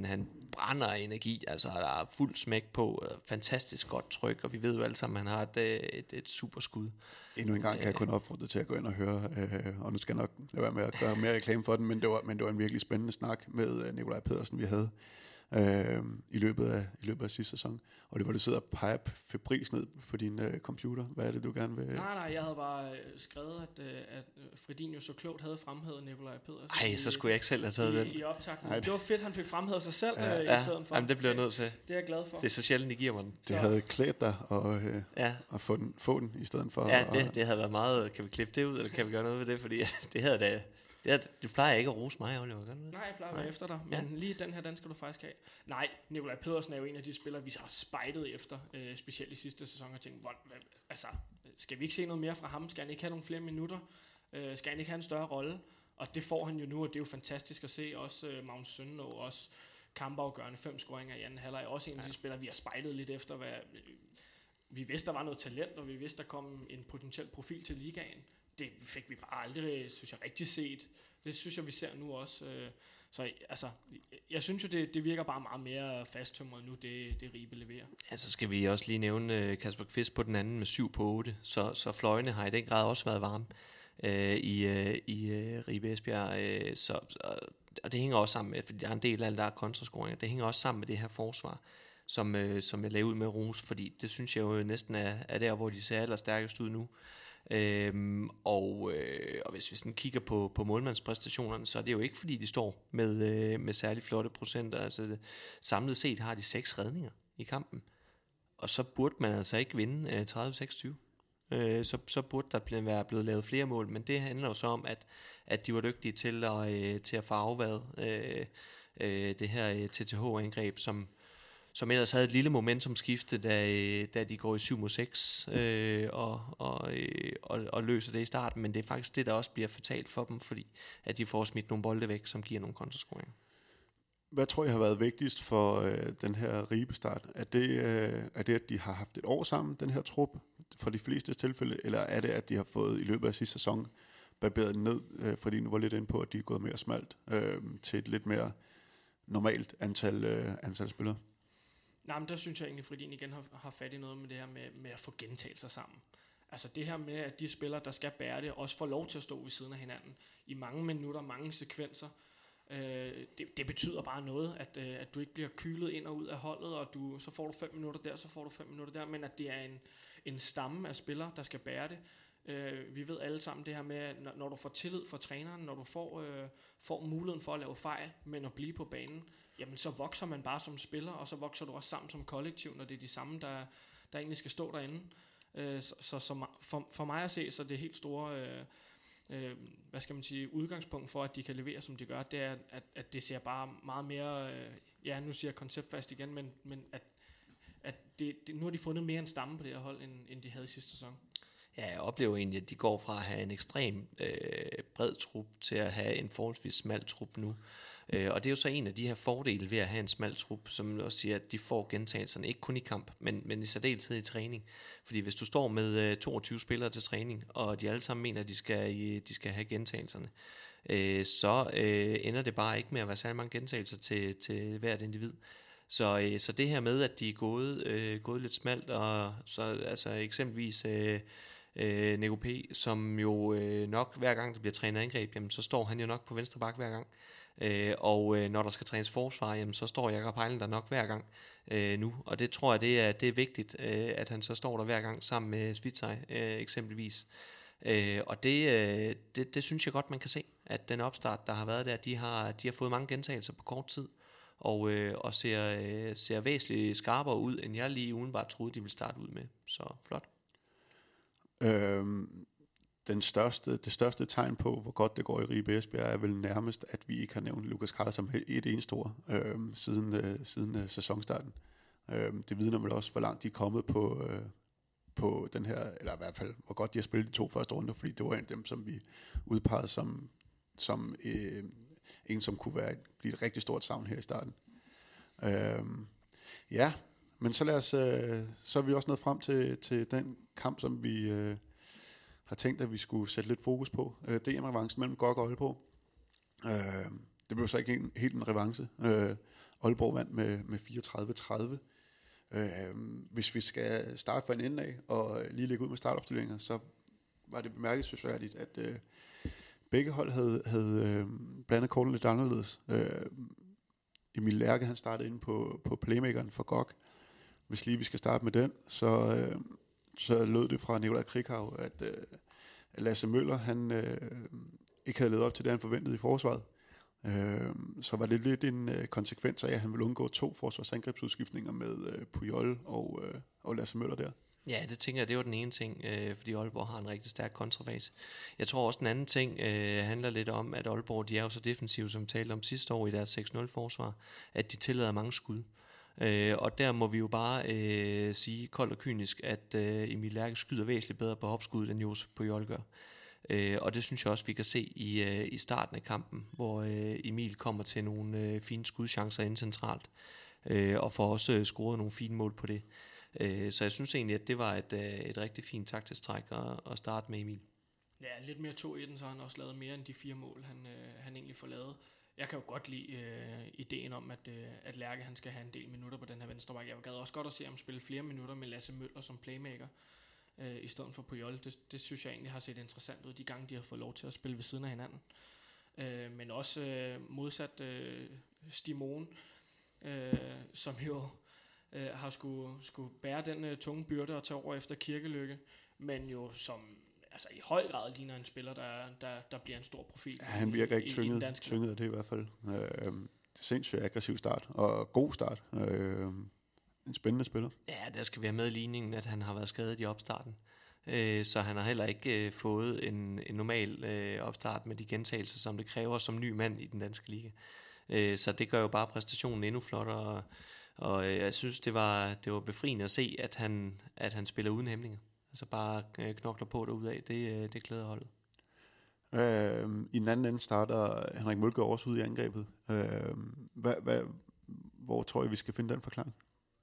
brænder af energi, altså der er fuld smæk på, fantastisk godt tryk, og vi ved jo alle sammen, at han har et, et, et super skud. Endnu en gang kan jeg kun opfordre til at gå ind og høre, øh, og nu skal jeg nok lade være med at gøre mere reklame for den, men det var, men det var en virkelig spændende snak med Nikolaj Pedersen, vi havde øh, i, løbet af, i løbet af sidste sæson. Og det var, du sidder og peger febrilsk ned på din øh, computer. Hvad er det, du gerne vil? Nej, nej, jeg havde bare skrevet, at, at Fredin jo så klogt havde fremhævet Nikolaj Pedersen. Ej, så skulle jeg ikke selv have taget i, den. I optakten. Det var fedt, han fik fremhævet sig selv ja. øh, ja. i stedet for. Jamen, det bliver jeg nødt til. Det er jeg glad for. Det er så sjældent, I giver mig den. Det havde klædt dig at, øh, ja. at få, den, få den, i stedet for... Ja, det, at, det havde været meget... Kan vi klippe det ud, eller kan vi gøre noget ved det? Fordi det havde da... Det er, du plejer ikke at rose mig, Oliver, gør du det? Nej, jeg plejer at være efter dig, men ja. lige den her, den skal du faktisk have. Nej, Nikolaj Pedersen er jo en af de spillere, vi har spejdet efter, øh, specielt i sidste sæson, og tænkt, altså, skal vi ikke se noget mere fra ham? Skal han ikke have nogle flere minutter? Øh, skal han ikke have en større rolle? Og det får han jo nu, og det er jo fantastisk at se. Også øh, Magnus Sønderå, også kampafgørende fem scoringer i anden halvleg. Også en af de spillere, vi har spejdet lidt efter, hvad, øh, vi vidste, der var noget talent, og vi vidste, der kom en potentiel profil til ligaen. Det fik vi bare aldrig, synes jeg, rigtig set. Det synes jeg, vi ser nu også. Så altså, jeg synes jo, det, det virker bare meget mere fasttømret nu, det, det Ribe leverer. Ja, så skal vi også lige nævne Kasper Kvist på den anden med syv på otte. Så, så fløjene har i den grad også været varme øh, i, øh, i øh, Ribe Esbjerg. Øh, så, og det hænger også sammen med, fordi der er en del af alle der er kontrascoringer, det hænger også sammen med det her forsvar, som, øh, som jeg lavede ud med Rose, fordi det synes jeg jo næsten er, er der, hvor de ser allerstærkest ud nu. Øhm, og, øh, og hvis vi sådan kigger på, på målmandspræstationerne, så er det jo ikke fordi de står med, øh, med særlig flotte procenter. Altså, samlet set har de seks redninger i kampen, og så burde man altså ikke vinde øh, tredive seksogtyve. øh, så, så burde der blive, være blevet lavet flere mål, men det handler jo så om at, at de var dygtige til at, øh, til at få afværet øh, øh, det her øh, T T H-angreb, som som ellers havde et lille momentumskifte, da, da de går i syv mod seks øh, og, og, øh, og, og løser det i starten, men det er faktisk det, der også bliver fatalt for dem, fordi at de får smidt nogle bolde væk, som giver nogle kontrascoringer. Hvad tror jeg har været vigtigst for øh, den her Ribe-start? Er det, øh, er det, at de har haft et år sammen, den her trup, for de fleste tilfælde, eller er det, at de har fået i løbet af sidste sæson barberet ned, øh, fordi nu var lidt inde på, at de er gået mere smalt øh, til et lidt mere normalt antal, øh, antal spillere? Nej, men der synes jeg egentlig, fordi de igen har, har fat i noget med det her med, med at få gentagelser sammen. Altså det her med, at de spillere, der skal bære det, også får lov til at stå ved siden af hinanden i mange minutter, mange sekvenser. Øh, det, det betyder bare noget, at, øh, at du ikke bliver kylet ind og ud af holdet, og du, så får du fem minutter der, så får du fem minutter der, men at det er en, en stamme af spillere, der skal bære det. Øh, vi ved alle sammen det her med, når, når du får tillid fra træneren, når du får, øh, får muligheden for at lave fejl, men at blive på banen, jamen så vokser man bare som spiller, og så vokser du også sammen som kollektiv, når det er de samme, der, der egentlig skal stå derinde. Øh, så så, så for, for mig at se, så det helt store øh, øh, hvad skal man sige, udgangspunkt for, at de kan levere, som de gør, det er, at, at det ser bare meget mere, øh, ja, nu siger jeg konceptfast igen, men, men at, at det, det, nu har de fundet mere en stamme på det her hold, end, end de havde i sidste sæson. Ja, jeg oplever egentlig, at de går fra at have en ekstrem øh, bred trup til at have en forholdsvis smal trup nu. Øh, og det er jo så en af de her fordele ved at have en smal trup, som også siger, at de får gentagelserne, ikke kun i kamp, men, men i særdeleshed i træning. Fordi hvis du står med øh, toogtyve spillere til træning, og de alle sammen mener, at de skal, de skal have gentagelserne, øh, så øh, ender det bare ikke med at være særlig mange gentagelser til, til hvert individ. Så, øh, så det her med, at de er gået, øh, gået lidt smalt, og så altså eksempelvis øh, øh, Nico P., som jo øh, nok hver gang der bliver trænet angreb, jamen, så står han jo nok på venstre bak hver gang. Øh, og øh, når der skal trænes forsvar, jamen, så står Jakob Hejlen der nok hver gang øh, nu. Og det tror jeg, det er, det er vigtigt, øh, at han så står der hver gang sammen med Svitsaj øh, eksempelvis. Øh, og det, øh, det, det synes jeg godt, man kan se, at den opstart, der har været der, de har, de har fået mange gentagelser på kort tid. Og, øh, og ser, øh, ser væsentligt skarpere ud, end jeg lige udenbart troede, de ville starte ud med. Så flot. Øhm, den største, det største tegn på, hvor godt det går i Ribe Esbjerg, er vel nærmest, at vi ikke har nævnt Lukas Carter som et eneste ord øhm, siden, øh, siden øh, sæsonstarten. Øhm, det vidner vel også, hvor langt de er kommet på, øh, på den her, eller i hvert fald, hvor godt de har spillet de to første runder, fordi det var en af dem, som vi udpegede som, som øh, en, som kunne være, blive et rigtig stort savn her i starten. Øhm, ja, men så lad os, øh, så er vi også nået frem til, til den kamp, som vi øh, har tænkt, at vi skulle sætte lidt fokus på. Øh, D M-revancen mellem G O G og Aalborg. Øh, det blev så ikke en, helt en revanche. Øh, Aalborg vandt med, med fireogtredive tredive. Øh, hvis vi skal starte fra en ende af, og lige lægge ud med startopstillinger, så var det bemærkelsesværdigt, at øh, begge hold havde, havde øh, blandet korten lidt anderledes. Øh, Emil Lærke, han startede inde på, på playmakeren for G O G. Hvis lige vi skal starte med den, så, øh, så lød det fra Nikolaj Krikau, at øh, Lasse Møller, han øh, ikke havde levet op til det, han forventede i forsvaret. Øh, så var det lidt en øh, konsekvens af, at han ville undgå to forsvarsangrebsudskiftninger med øh, Pujol og, øh, og Lasse Møller der. Ja, det tænker jeg, det var den ene ting, øh, fordi Aalborg har en rigtig stærk kontrafase. Jeg tror også, den anden ting øh, handler lidt om, at Aalborg, de er jo så defensive, som vi talte om sidste år i deres seks nul forsvar, at de tillader mange skud. Øh, og der må vi jo bare øh, sige koldt og kynisk, at øh, Emil Lærke skyder væsentligt bedre på hopskuddet, end Josef Pujol gør. Øh, og det synes jeg også, vi kan se i, øh, i starten af kampen, hvor øh, Emil kommer til nogle øh, fine skudchancer ind centralt, øh, og får også øh, scoret nogle fine mål på det. Øh, så jeg synes egentlig, at det var et, øh, et rigtig fint taktisk træk at, at starte med Emil. Ja, lidt mere to i den, så har han også lavet mere end de fire mål, han, øh, han egentlig får lavet. Jeg kan jo godt lide øh, ideen om, at, øh, at Lærke han skal have en del minutter på den her venstreback. Jeg gad også godt at se ham spille flere minutter med Lasse Møller som playmaker, øh, i stedet for Pujol. Det, det synes jeg egentlig har set interessant ud, de gange de har fået lov til at spille ved siden af hinanden. Øh, men også øh, modsat øh, Stimon, øh, som jo øh, har skulle, skulle bære den øh, tunge byrde og tage over efter Kirkelykke, men jo som altså i høj grad ligner en spiller, der, der, der bliver en stor profil. Ja, han virker ikke i, tynget, i tynget af det i hvert fald. Øh, det er sindssygt aggressiv start, og god start. Øh, en spændende spiller. Ja, der skal vi have med i ligningen, at han har været skadet i opstarten. Øh, så han har heller ikke øh, fået en, en normal øh, opstart med de gentagelser, som det kræver som ny mand i den danske liga. Øh, så det gør jo bare præstationen endnu flottere, og, og øh, jeg synes, det var, det var befriende at se, at han, at han spiller uden hæmninger. Altså bare øh, knokler på derudad, det, øh, det glæder holdet. Øh, I den anden ende starter Henrik Mølgaard også ud i angrebet. Øh, hvad, hvad, hvor tror I, vi skal finde den forklaring?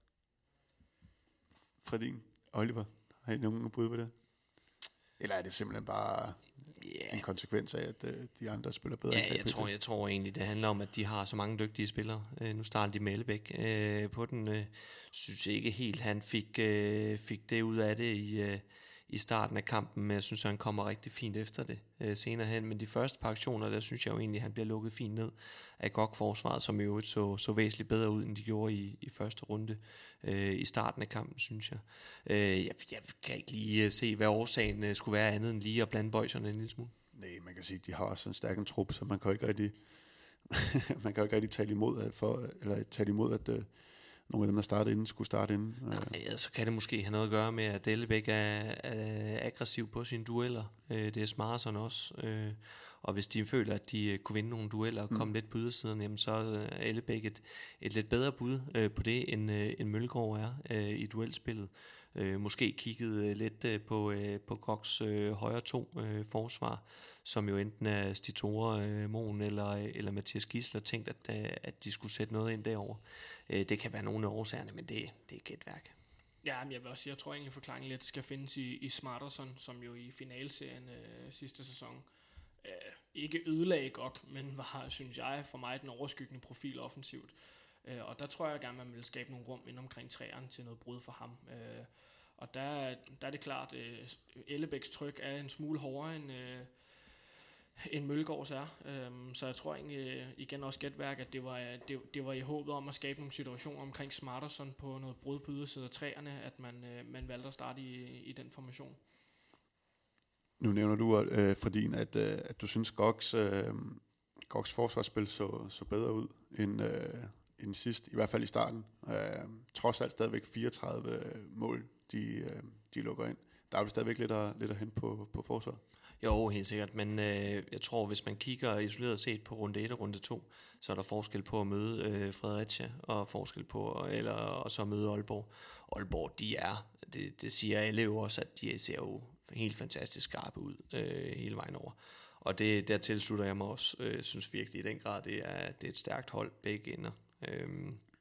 Fredin, Oliver, har I nogen bud på det? Eller er det simpelthen bare yeah. en konsekvens af, at uh, de andre spiller bedre? Ja, jeg tror, jeg tror egentlig, det handler om, at de har så mange dygtige spillere. Uh, nu starter de med Ellebæk uh, på den. Uh, synes ikke helt, han fik, uh, fik det ud af det i, uh, i starten af kampen, men jeg synes, han kommer rigtig fint efter det uh, senere hen. Men de første par aktioner, der synes jeg jo egentlig, han bliver lukket fint ned af G O G-forsvaret, som jo så, så væsentligt bedre ud, end de gjorde i, i første runde uh, i starten af kampen, synes jeg. Uh, jeg. Jeg kan ikke lige se, hvad årsagen uh, skulle være andet end lige at blande boyserne en lille smule. Nej, man kan sige, at de har også en stærk en trup, så man kan jo ikke rigtig, man kan jo ikke rigtig tale imod, at, for, eller tale imod, at uh, nogle af dem, der startede inden, skulle starte inden. Nej, ja, så kan det måske have noget at gøre med, at Ellebæk er, er aggressiv på sine dueller. Uh, det er Smarson også. Uh, og hvis de føler, at de uh, kunne vinde nogle dueller og komme mm. lidt på ydersiden, jamen så er Ellebæk et, et lidt bedre bud uh, på det, end, uh, end Mølgaard er uh, i duelspillet. Uh, måske kigget uh, lidt uh, på, uh, på Gogs uh, højre to uh, forsvar, som jo enten er Stitore uh, Moen eller, eller Mathias Gisler, tænkt, at, uh, at de skulle sætte noget ind derover. Uh, det kan være nogle af årsagerne, men det, det er gætværk. Ja, men jeg vil også sige, jeg tror egentlig, forklaringen lidt skal findes i, i Smarterson, som jo i finalserien øh, sidste sæson øh, ikke ødelagde G O G, men var, synes jeg, for mig den overskyggende profil offensivt. Øh, og der tror jeg gerne, man vil skabe nogle rum ind omkring træerne til noget brud for ham. Øh, og der, der er det klart, øh, Ellebæks tryk er en smule hårdere end, øh, end Mølgaards er. Øhm, så jeg tror egentlig igen også gætværk, at det var, det, det var i håbet om at skabe nogle situationer omkring Smarterson på noget brud på ydersiden af træerne, at man, øh, man valgte at starte i, i den formation. Nu nævner du, øh, Fredin, at, øh, at du synes, Gogs, øh, Gogs forsvarsspil så, så bedre ud end, øh, end sidst, i hvert fald i starten. Øh, trods alt stadigvæk fireogtredive mål, de, øh, de lukker ind. Der er jo stadigvæk lidt at, lidt at hente på, på forsvaret. Jo, helt sikkert, men øh, jeg tror, hvis man kigger isoleret set på runde et og runde to, så er der forskel på at møde øh, Fredericia, og forskel på, eller og så møde Aalborg. Aalborg, de er, det, det siger alle jo også, at de ser jo helt fantastisk skarpe ud øh, hele vejen over. Og det, der tilslutter jeg mig også, øh, synes virkelig i den grad, det er, det er et stærkt hold, begge ender. Øh,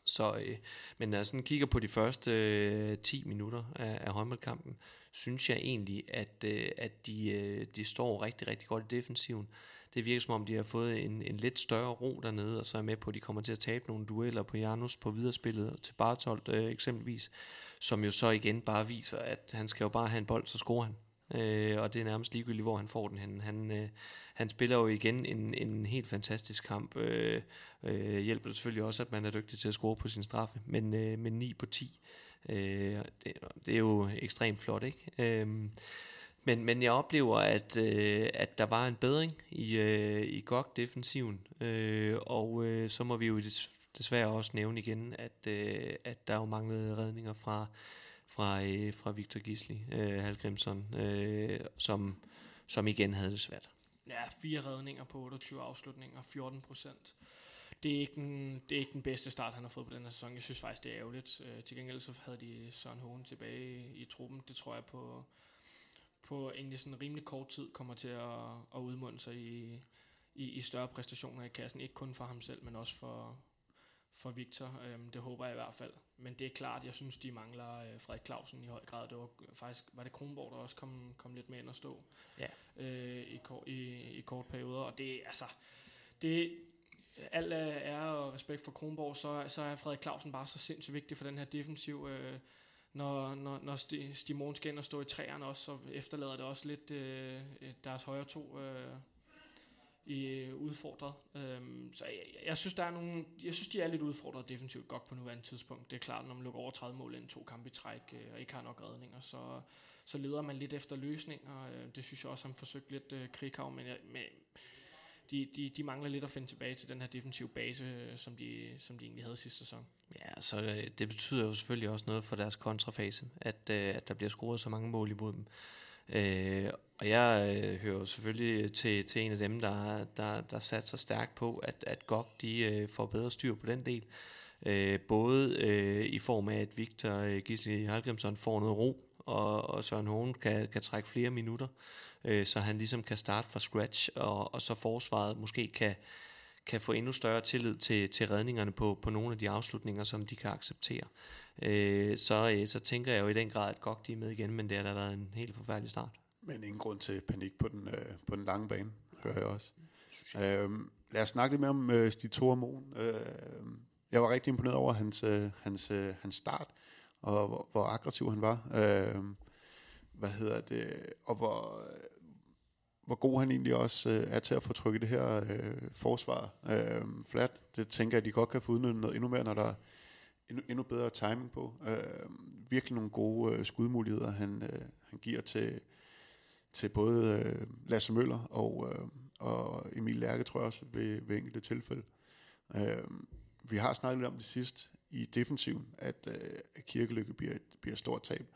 Så, øh, men når jeg sådan kigger på de første øh, ti minutter af, af håndboldkampen, synes jeg egentlig, at, øh, at de, øh, de står rigtig, rigtig godt i defensiven. Det virker som om, de har fået en, en lidt større ro dernede, og så er med på, at de kommer til at tabe nogle dueller på Janus på viderespillet til Bartolt øh, eksempelvis, som jo så igen bare viser, at han skal jo bare have en bold, så scorer han. Øh, og det er nærmest ligegyldigt, hvor han får den hen. Han, øh, han spiller jo igen en, en helt fantastisk kamp. Øh, øh, hjælper det selvfølgelig også, at man er dygtig til at score på sin straffe, men øh, med ni på ti. Øh, det, det er jo ekstremt flot, ikke? Øh, men, men jeg oplever, at, øh, at der var en bedring i, øh, i G O G-defensiven, øh, og øh, så må vi jo desværre også nævne igen, at, øh, at der jo manglede redninger fra fra, øh, fra Victor Gisli øh, Hallgrímsson, øh, som, som igen havde det svært. Ja, fire redninger på otteogtyve afslutninger, fjorten procent. Det er, ikke den, det er ikke den bedste start, han har fået på den her sæson. Jeg synes faktisk, det er ærgerligt. Øh, til gengæld så havde de Søren Hågen tilbage i, i truppen. Det tror jeg på, på egentlig sådan en rimelig kort tid kommer til at, at udmunde sig i, i, i større præstationer i kassen. Ikke kun for ham selv, men også for, for Victor. Øhm, det håber jeg i hvert fald. Men det er klart, jeg synes, de mangler øh, Frederik Clausen i høj grad. Det var faktisk, var det Kronborg, der også kom, kom lidt med ind og stå ja. øh, i, i, i kort perioder. Og det altså, det alt er og respekt for Kronborg, så, så er Frederik Clausen bare så sindssygt vigtig for den her defensiv. Øh, når når, når Sti, Stimon skal ind og stå i træerne også, så efterlader det også lidt øh, deres højre to øh, i udfordret. Øhm, så jeg, jeg synes der er nogle, jeg synes de er lidt udfordret defensivt godt på nuværende tidspunkt. Det er klart, når man lukker over tredive mål ind to kampe i træk øh, og ikke har nok redninger, så så leder man lidt efter løsninger. Øh, det synes jeg også han forsøgt lidt øh, Krikau, men, jeg, men de, de de mangler lidt at finde tilbage til den her defensive base, øh, som de som de egentlig havde sidste sæson. Ja, så øh, det betyder jo selvfølgelig også noget for deres kontrafase, at øh, at der bliver scoret så mange mål imod dem. Øh, og jeg øh, hører selvfølgelig til, til en af dem, der, der, der satte sig stærkt på, at, at G O G de, øh, får bedre styr på den del. Øh, både øh, i form af, at Victor øh, Gisli Hallgrímsson får noget ro, og, og Søren Hågen kan, kan trække flere minutter, øh, så han ligesom kan starte fra scratch, og, og så forsvaret måske kan, kan få endnu større tillid til, til redningerne på, på nogle af de afslutninger, som de kan acceptere. Øh, så, øh, så tænker jeg jo i den grad, at G O G de er med igen, men det har da været en helt forfærdelig start. Men ingen grund til panik på den, øh, på den lange bane, hører jeg også. Øh, lad os snakke lidt mere om øh, Stig Tore Moen. Øh, jeg var rigtig imponeret over hans, øh, hans, øh, hans start, og hvor, hvor aggressiv han var. Øh, hvad hedder det? Og hvor, hvor god han egentlig også øh, er til at få trykket det her øh, forsvar øh, flat. Det tænker jeg, at de godt kan få udnyttet noget endnu mere, når der er endnu, endnu bedre timing på. Øh, virkelig nogle gode øh, skudmuligheder, han, øh, han giver til, til både øh, Lasse Møller og, øh, og Emil Lærke, tror jeg også, ved, ved enkelte tilfælde. Øh, vi har snakket lidt om det sidst i defensiven, at øh, Kirkelykke bliver, bliver et stort tab.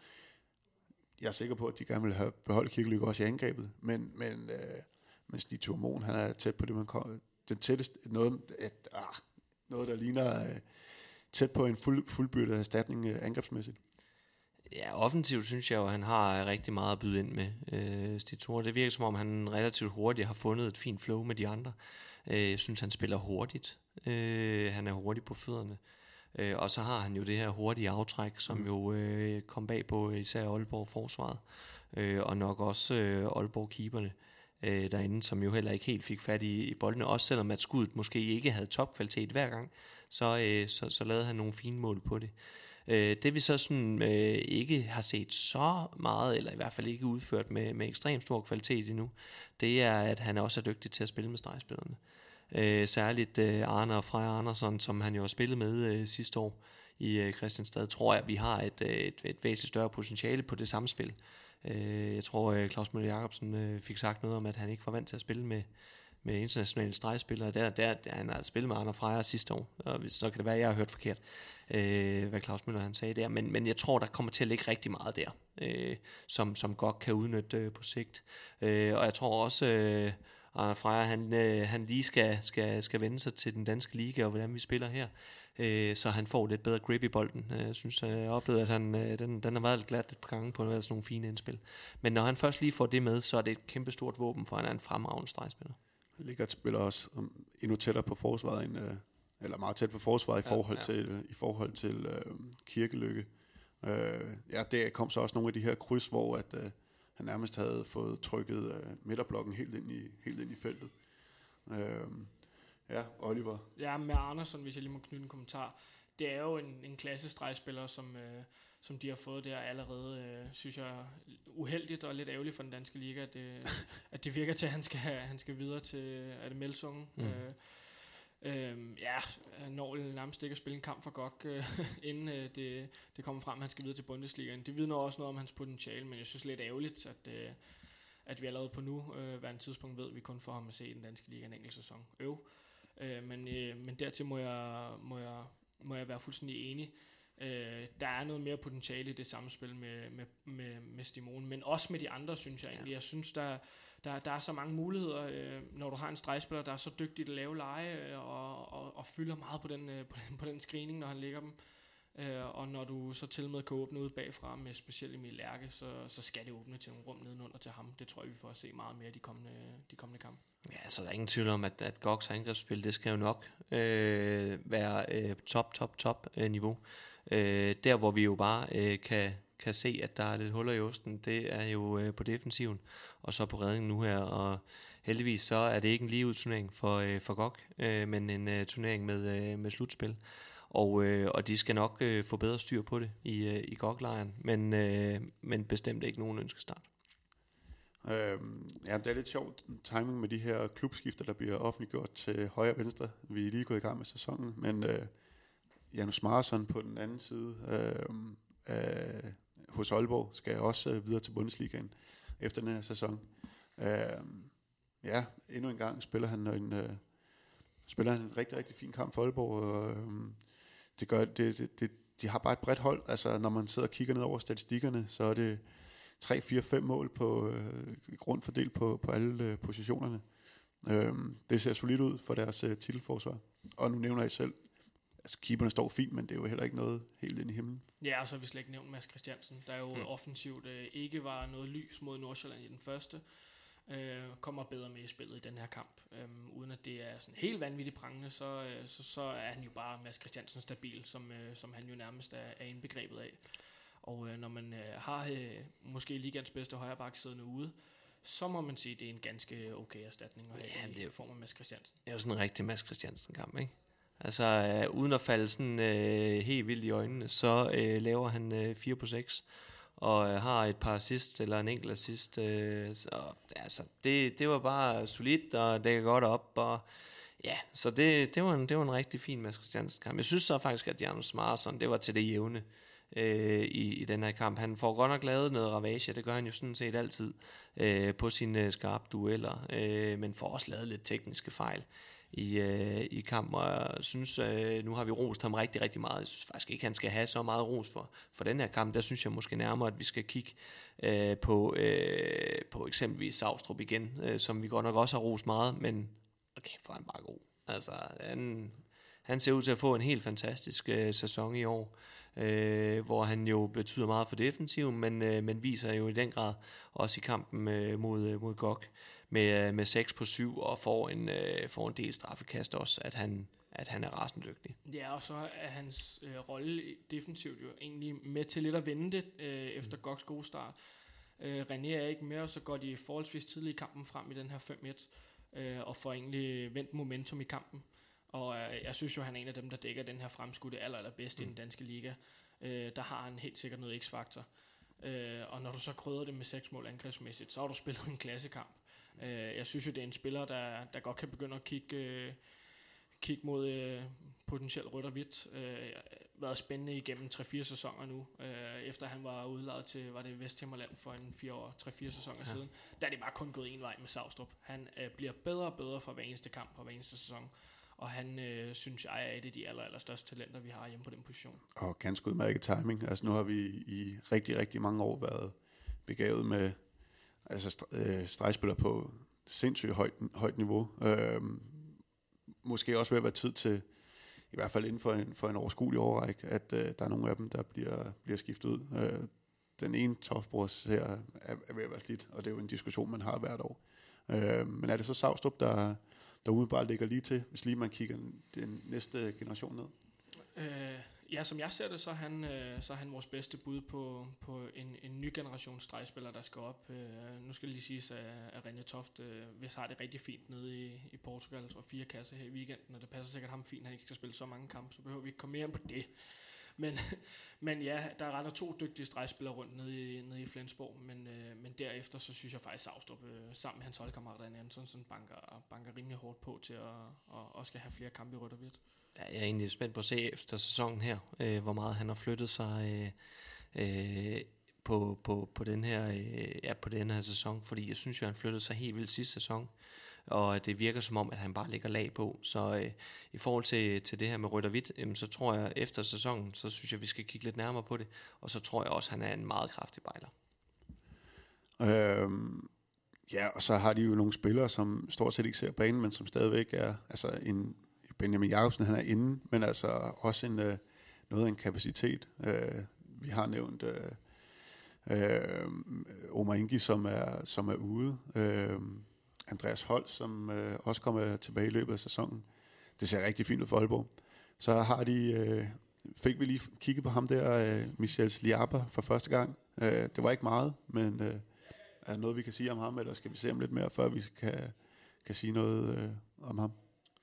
Jeg er sikker på, at de gerne vil have beholdt Kirkelykke også i angrebet, men, men, øh, men Stig Tore Moen, han er tæt på det, man kommer. Den tætteste, noget, et, ah, noget der ligner øh, tæt på en fuld, fuldbyrdet erstatning øh, angrebsmæssigt. Ja, offensivt synes jeg jo, at han har rigtig meget at byde ind med, øh, Stig Tore. Det virker som om, han relativt hurtigt har fundet et fint flow med de andre. Øh, jeg synes, han spiller hurtigt. Øh, han er hurtig på fødderne. Øh, og så har han jo det her hurtige aftræk, som mm. jo øh, kom bag på især Aalborg forsvaret, øh, og nok også øh, Aalborg keeperne øh, derinde, som jo heller ikke helt fik fat i, i boldene, også selvom at skuddet måske ikke havde topkvalitet hver gang, så, øh, så, så lavede han nogle fine mål på det. Øh, det vi så sådan øh, ikke har set så meget, eller i hvert fald ikke udført med, med ekstremt stor kvalitet endnu, det er, at han også er dygtig til at spille med stregspillerne. Øh, særligt øh, Arne og Freja Andersson, som han jo har spillet med øh, sidste år i øh, Kristianstad, tror jeg, at vi har et, et, et væsentligt større potentiale på det samspil. Øh, jeg tror, øh, Claus Møller Jacobsen øh, fik sagt noget om, at han ikke var vant til at spille med, med internationale stregspillere. Der, der, der, han har spillet med Arne og Freja sidste år, og så kan det være, at jeg har hørt forkert, øh, hvad Claus Møller han sagde der. Men, men jeg tror, der kommer til at ligge rigtig meget der, øh, som, som godt kan udnytte øh, på sigt. Øh, og jeg tror også... Øh, Og Freja, han, øh, han lige skal, skal, skal vende sig til den danske liga, og hvordan vi spiller her, øh, så han får lidt bedre grip i bolden. Jeg synes, jeg oplevede, at han, øh, den, den har været lidt glat et par gange på sådan nogle fine indspil. Men når han først lige får det med, så er det et kæmpe stort våben, for han er en fremragende stregspiller. Han ligger og spiller også um, endnu tættere på forsvaret, end, uh, eller meget tæt på forsvaret i Ja, forhold ja. til, i forhold til øh, Kirkelykke. Øh, ja, der kom så også nogle af de her kryds, hvor at, øh, han nærmest havde fået trykket øh, midterblokken helt ind i, helt ind i feltet. Øh, ja, Oliver. Ja, med Andersen, hvis jeg lige må knytte en kommentar. Det er jo en, en klassestregspiller, som, øh, som de har fået der allerede, øh, synes jeg, uheldigt og lidt ærgerligt for den danske liga, at det, at det virker til, at han skal, han skal videre til, er det Melsungen? Mm. Øh, øh, ja, når nærmest ikke at spille en kamp for G O G, øh, inden øh, det, det kommer frem, at han skal videre til Bundesligaen. Det vidner også noget om hans potentiale, men jeg synes lidt ærgerligt, at, øh, at vi allerede på nu, øh, hver en tidspunkt ved, at vi kun får ham at se i den danske liga en enkelt sæson. Øv. Øh, men, øh, men dertil må jeg, må jeg, må jeg være fuldstændig enig. Øh, der er noget mere potentiale i det samspil med, med, med, med Stimone, men også med de andre, synes jeg egentlig. Jeg synes, der, der, der er så mange muligheder, øh, når du har en stregspiller, der er så dygtig at lave lege, øh, og, og, og fylder meget på den, øh, på, den, på den screening, når han lægger dem. Øh, og når du så til med kan åbne ud bagfra med specielt Emil Lærke, så, så skal det åbne til nogle rum nedenunder til ham. Det tror jeg, vi får at se meget mere de kommende, de kommende kampe. Ja, så der er ingen tvivl om, at, at G O G's angrebsspil, det skal jo nok øh, være øh, top, top, top øh, niveau. Øh, der, hvor vi jo bare øh, kan, kan se, at der er lidt huller i osten, det er jo øh, på defensiven, og så på redningen nu her, og heldigvis så er det ikke en ligeud turnering for, øh, for G O G, øh, men en øh, turnering med, øh, med slutspil. Og, øh, og de skal nok øh, få bedre styr på det i, øh, i G O G-lejren, men, øh, men bestemt ikke nogen ønskestart. Øhm, ja, det er lidt sjovt timing med de her klubskifter, der bliver offentliggjort til højre og venstre. Vi er lige gået i gang med sæsonen, men øh, Janus Marsson på den anden side øh, øh, hos Aalborg skal også øh, videre til Bundesligaen efter den her sæson. Øh, ja, endnu en gang spiller han en, øh, spiller han en rigtig, rigtig fin kamp for Aalborg, og øh, det gør, det, det, det, de har bare et bredt hold. Altså, når man sidder og kigger ned over statistikkerne, så er det tre, fire, fem mål på øh, grundfordelt på, på alle øh, positionerne. Øh, det ser solidt ud for deres øh, titelforsvar. Og nu nævner jeg selv, altså keeperne står fint, men det er jo heller ikke noget helt ind i himlen. Ja, og så har vi slet ikke nævnt Mads Christiansen, der jo mm. offensivt øh, ikke var noget lys mod Nordsjælland i den første. Øh, kommer bedre med i spillet i den her kamp. Øh, uden at det er sådan helt vanvittigt prangende, så, øh, så, så er han jo bare Mads Christiansen stabil, som, øh, som han jo nærmest er, er indbegrebet af. Og øh, når man øh, har øh, måske ligaens bedste højreback siddende ude, så må man sige, at det er en ganske okay erstatning at have ja, det er i form af Mads Christiansen. Det er jo sådan en rigtig Mads Christiansen-kamp, ikke? Altså, øh, uden at falde sådan øh, helt vildt i øjnene, så øh, laver han øh, fire på seks, og øh, har et par assist, eller en enkelt assist. Øh, så, altså, det, det var bare solidt, og dækker godt op, og ja, så det, det, var, en, det var en rigtig fin Mads Christiansen-kamp. Jeg synes så faktisk, at Janus Marsson, det var til det jævne øh, i, i den her kamp. Han får godt nok lavet noget ravage, det gør han jo sådan set altid øh, på sine øh, skarpe dueller, øh, men får også lavet lidt tekniske fejl i, øh, i kampen, og jeg synes, øh, nu har vi rost ham rigtig, rigtig meget. Jeg synes faktisk ikke, han skal have så meget ros for, for den her kamp. Der synes jeg måske nærmere, at vi skal kigge øh, på, øh, på eksempelvis Savstrup igen, øh, som vi godt nok også har rost meget, men okay, for han bare god. Altså, han, han ser ud til at få en helt fantastisk øh, sæson i år, øh, hvor han jo betyder meget for defensiven, men, øh, men viser jo i den grad også i kampen øh, mod, øh, mod G O G med, med seks på syv og får en, øh, får en del straffekast også, at han, at han er rasende dygtig. Ja, og så er hans øh, rolle defensivt jo egentlig med til lidt at vende det øh, efter mm. G O G's gode start. Øh, René er ikke mere, så går de forholdsvis tidligt i kampen frem i den her fem et øh, og får egentlig vendt momentum i kampen. Og øh, jeg synes jo, han er en af dem, der dækker den her fremskudte aller, aller bedst mm. i den danske liga. Øh, der har han helt sikkert noget x-faktor. Øh, og når du så krydder det med seks mål angrebsmæssigt, så har du spillet en klassekamp. Uh, jeg synes jo, det er en spiller, der, der godt kan begynde at kigge, uh, kigge mod uh, potentielt rødt og hvidt. Uh, været spændende igennem tre fire sæsoner nu, uh, efter han var udlejet til, var det Vesthimmerland for en fire år, tre fire sæsoner ja. siden. Der er det bare kun gået en vej med Savstrup. Han uh, bliver bedre og bedre fra hver eneste kamp og hver eneste sæson. Og han, øh, synes jeg, er et af de aller, aller største talenter, vi har hjemme på den position. Og ganske udmærket timing. Altså nu har vi i rigtig, rigtig mange år været begavet med altså øh, stregspillere på sindssygt højt, højt niveau. Øh, måske også ved at være tid til, i hvert fald inden for en, for en overskuelig overrække, at øh, der er nogle af dem, der bliver, bliver skiftet ud. Øh, den ene Toftbror ser er, er ved at være slidt, og det er jo en diskussion, man har hvert år. Øh, men er det så Savstrup, der, der umiddelbart ligger lige til, hvis lige man kigger den næste generation ned? Øh, ja, som jeg ser det, så er han, øh, så er han vores bedste bud på, på en, en ny generation stregspiller, der skal op. Øh, nu skal det lige siges, at, at René Toft øh, hvis har det rigtig fint nede i, i Portugal, og fire kasser her i weekenden, og det passer sikkert ham fint, han ikke skal spille så mange kampe, så behøver vi ikke komme mere ind på det. Men, men ja, der render to dygtige stregspillere rundt nede i, nede i Flensborg, men, øh, men derefter så synes jeg faktisk, at Saustrup øh, sammen med hans holdkammerat René Antonsen sådan banker, banker rimelig hårdt på til at og, og skal have flere kampe i rødt og hvidt. Ja, jeg er egentlig spændt på at se efter sæsonen her, øh, hvor meget han har flyttet sig øh, øh, på, på, på, den her, øh, ja, på den her sæson, fordi jeg synes jo, han flyttede sig helt vildt sidste sæson, og det virker som om, at han bare lægger lag på. Så øh, i forhold til, til det her med rødt og hvidt, øh, så tror jeg, efter sæsonen, så synes jeg, vi skal kigge lidt nærmere på det, og så tror jeg også, at han er en meget kraftig bejler. Øhm, ja, og så har de jo nogle spillere, som stort set ikke ser banen, men som stadigvæk er, altså en Benjamin Jacobsen, han er inde, men altså også en, øh, noget af en kapacitet. Øh, vi har nævnt øh, øh, Omar Ingi, som er, som er ude. Øh, Andreas Holt, som øh, også kommer tilbage i løbet af sæsonen. Det ser rigtig fint ud for Aalborg. Så har de, øh, fik vi lige kigget på ham der, øh, Michel Sliaba, for første gang. Øh, det var ikke meget, men øh, er der noget, vi kan sige om ham, eller skal vi se ham lidt mere, før vi kan, kan sige noget øh, om ham?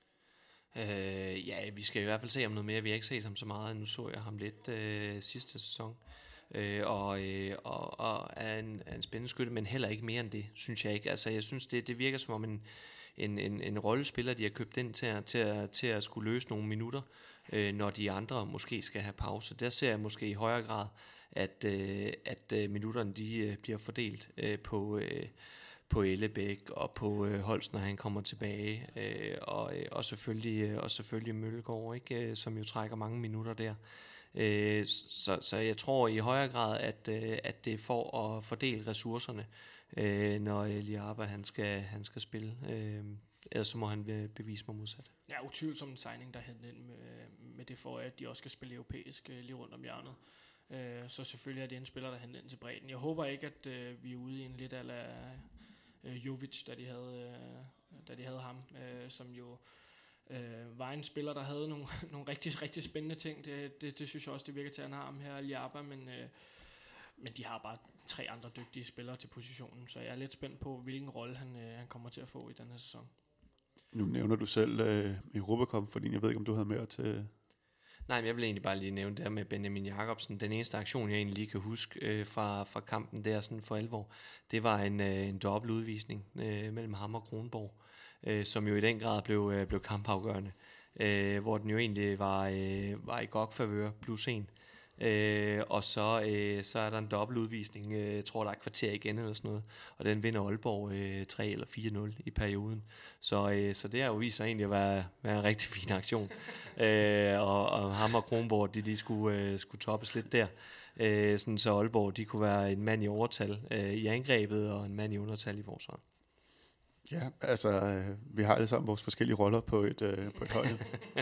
Øh, ja, vi skal i hvert fald se ham noget mere. Vi har ikke set ham så meget. Nu så jeg ham lidt øh, sidste sæson. Øh, og, øh, og, og er en, er en spændende skytte, men heller ikke mere end det, synes jeg ikke. Altså, jeg synes, det, det virker som om en, en, en, en rollespiller, de har købt ind til at, til at, til at skulle løse nogle minutter, øh, når de andre måske skal have pause. Der ser jeg måske i højere grad, at, øh, at øh, minutterne de, øh, bliver fordelt øh, på... Øh, på Ellebæk og på øh, Holst, når han kommer tilbage, øh, og, øh, og selvfølgelig øh, og selvfølgelig Møllegaard, ikke, øh, som jo trækker mange minutter der. Øh, så, så jeg tror i højere grad, at, øh, at det er for at fordele ressourcerne, øh, når Liaba han skal han skal spille. Øh, ellers så må han bevise mig modsat. Ja, utvivlsomt en signing, der hentet ind med, med det for, at de også skal spille europæisk øh, lige rundt om hjørnet. Øh, så selvfølgelig er det en spiller, der hentet ind til bredden. Jeg håber ikke, at øh, vi er ude i en lidt ala øh, Jovic, da de havde, øh, da de havde ham, øh, som jo øh, var en spiller, der havde nogle, nogle rigtig, rigtig spændende ting. Det, det, det synes jeg også, det virker til, at han har ham her, Liaba, men, øh, men de har bare tre andre dygtige spillere til positionen, så jeg er lidt spændt på, hvilken rolle han, øh, han kommer til at få i den her sæson. Nu nævner du selv øh, Europacup, fordi jeg ved ikke, om du havde mere til... Nej, men jeg vil egentlig bare lige nævne det her med Benjamin Jacobsen. Den eneste aktion, jeg egentlig lige kan huske øh, fra, fra kampen der sådan for alvor, det var en, øh, en dobbelt udvisning øh, mellem ham og Kronborg, øh, som jo i den grad blev, øh, blev kampafgørende, øh, hvor den jo egentlig var, øh, var i godt favør plus en. Øh, og så, øh, så er der en dobbelt udvisning, øh, jeg tror der er et kvarter igen eller sådan noget, og den vinder Aalborg øh, tre eller fire nul i perioden, så, øh, så det har jo vist sig egentlig at være, være en rigtig fin aktion, øh, og, og ham og Kronborg de, de skulle, øh, skulle toppes lidt der, øh, sådan, så Aalborg de kunne være en mand i overtal øh, i angrebet og en mand i undertal i forsvaret. Ja, altså øh, vi har alle sammen vores forskellige roller på et, øh, på et hold.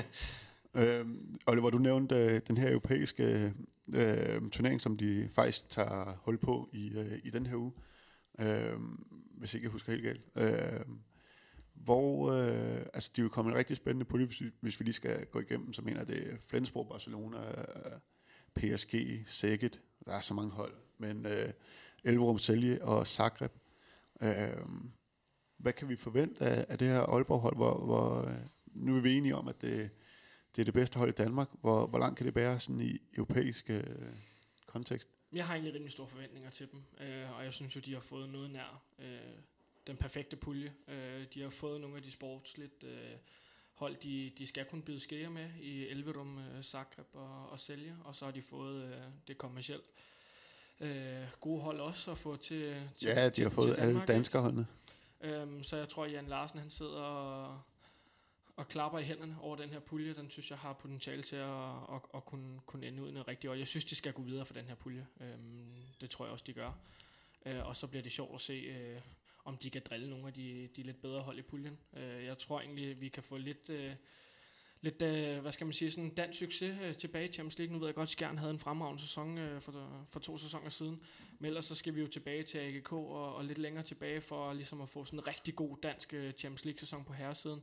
Øhm, Oliver, du nævnte øh, den her europæiske øh, turnering, som de faktisk tager hul på i, øh, i den her uge, øh, hvis ikke jeg husker helt galt. Øh, hvor, øh, altså de er jo kommet en rigtig spændende pulje, hvis, hvis vi lige skal gå igennem, så mener jeg, det er Flensborg, Barcelona, P S G, Szeged, der er så mange hold, men øh, Elverum, Celje og Zagreb. Øh, hvad kan vi forvente af, af det her Aalborg-hold, hvor, hvor øh, nu er vi enige om, at det Det er det bedste hold i Danmark. Hvor, hvor langt kan det bære sådan i europæisk øh, kontekst? Jeg har egentlig rimelig store forventninger til dem, øh, og jeg synes jo, de har fået noget nær øh, den perfekte pulje. Øh, de har fået nogle af de sportsligt øh, hold, de, de skal kunne bide skære med i Elverum, øh, Zagreb og, og Celje, og så har de fået øh, det kommercielt øh, gode hold også at få til, til Ja, de til, har fået alle danske holdene. Øh, så jeg tror, at Jan Larsen han sidder og og klapper i hænderne over den her pulje. Den synes jeg har potentiale til at, at, at kunne, kunne ende ud i noget rigtigt. Og jeg synes, de skal gå videre for den her pulje. Øhm, det tror jeg også, de gør. Øh, og så bliver det sjovt at se, øh, om de kan drille nogle af de, de lidt bedre hold i puljen. Øh, jeg tror egentlig, vi kan få lidt, øh, lidt øh, hvad skal man sige, sådan dansk succes øh, tilbage i Champions League. Nu ved jeg godt, at Skjern havde en fremragende sæson øh, for, for to sæsoner siden. Men ellers så skal vi jo tilbage til A G K og, og lidt længere tilbage for ligesom at få sådan en rigtig god dansk øh, Champions League-sæson på herresiden.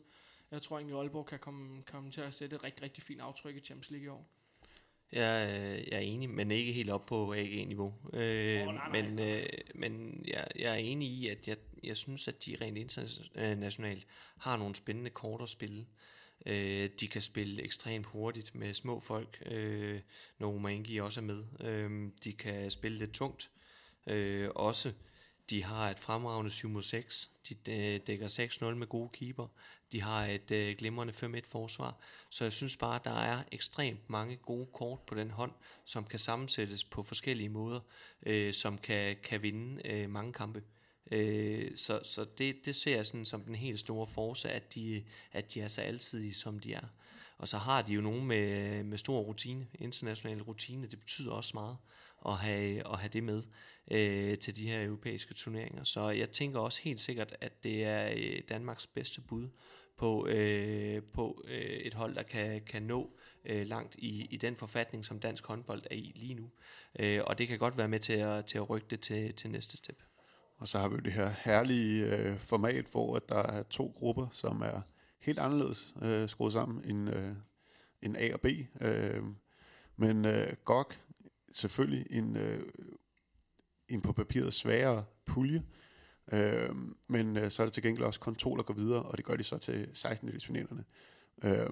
Jeg tror egentlig, at Aalborg kan komme, komme til at sætte et rigtig, rigtig fint aftryk i Champions League i år. Jeg, jeg er enig, men ikke helt op på A G niveau. Øh, oh, nej, nej. Men, øh, men jeg, jeg er enig i, at jeg, jeg synes, at de rent internationalt har nogle spændende kort at spille. Øh, de kan spille ekstremt hurtigt med små folk, øh, når Romangi også er med. Øh, de kan spille lidt tungt. Øh, også de har et fremragende syv mod seks. De dækker seks nul med gode keeper. De har et øh, glimrende fem et forsvar. Så jeg synes bare, at der er ekstremt mange gode kort på den hånd, som kan sammensættes på forskellige måder, øh, som kan, kan vinde øh, mange kampe. Øh, så så det, det ser jeg sådan som den helt store force, at de, at de er så alsidige, som de er. Og så har de jo nogen med, med stor rutine, international rutine. Det betyder også meget at have, at have det med øh, til de her europæiske turneringer. Så jeg tænker også helt sikkert, at det er øh, Danmarks bedste bud på, øh, på øh, et hold, der kan, kan nå øh, langt i, i den forfatning, som dansk håndbold er i lige nu. Øh, og det kan godt være med til at, til at rykke det til, til næste step. Og så har vi jo det her herlige øh, format, hvor at der er to grupper, som er helt anderledes øh, skruet sammen end, øh, end A og B. Øh, men øh, G O G, selvfølgelig en, øh, en på papiret sværere pulje, øh, men øh, så er det til gengæld også kun to, der går videre, og det gør de så til seksten-delsfinalerne. Øh,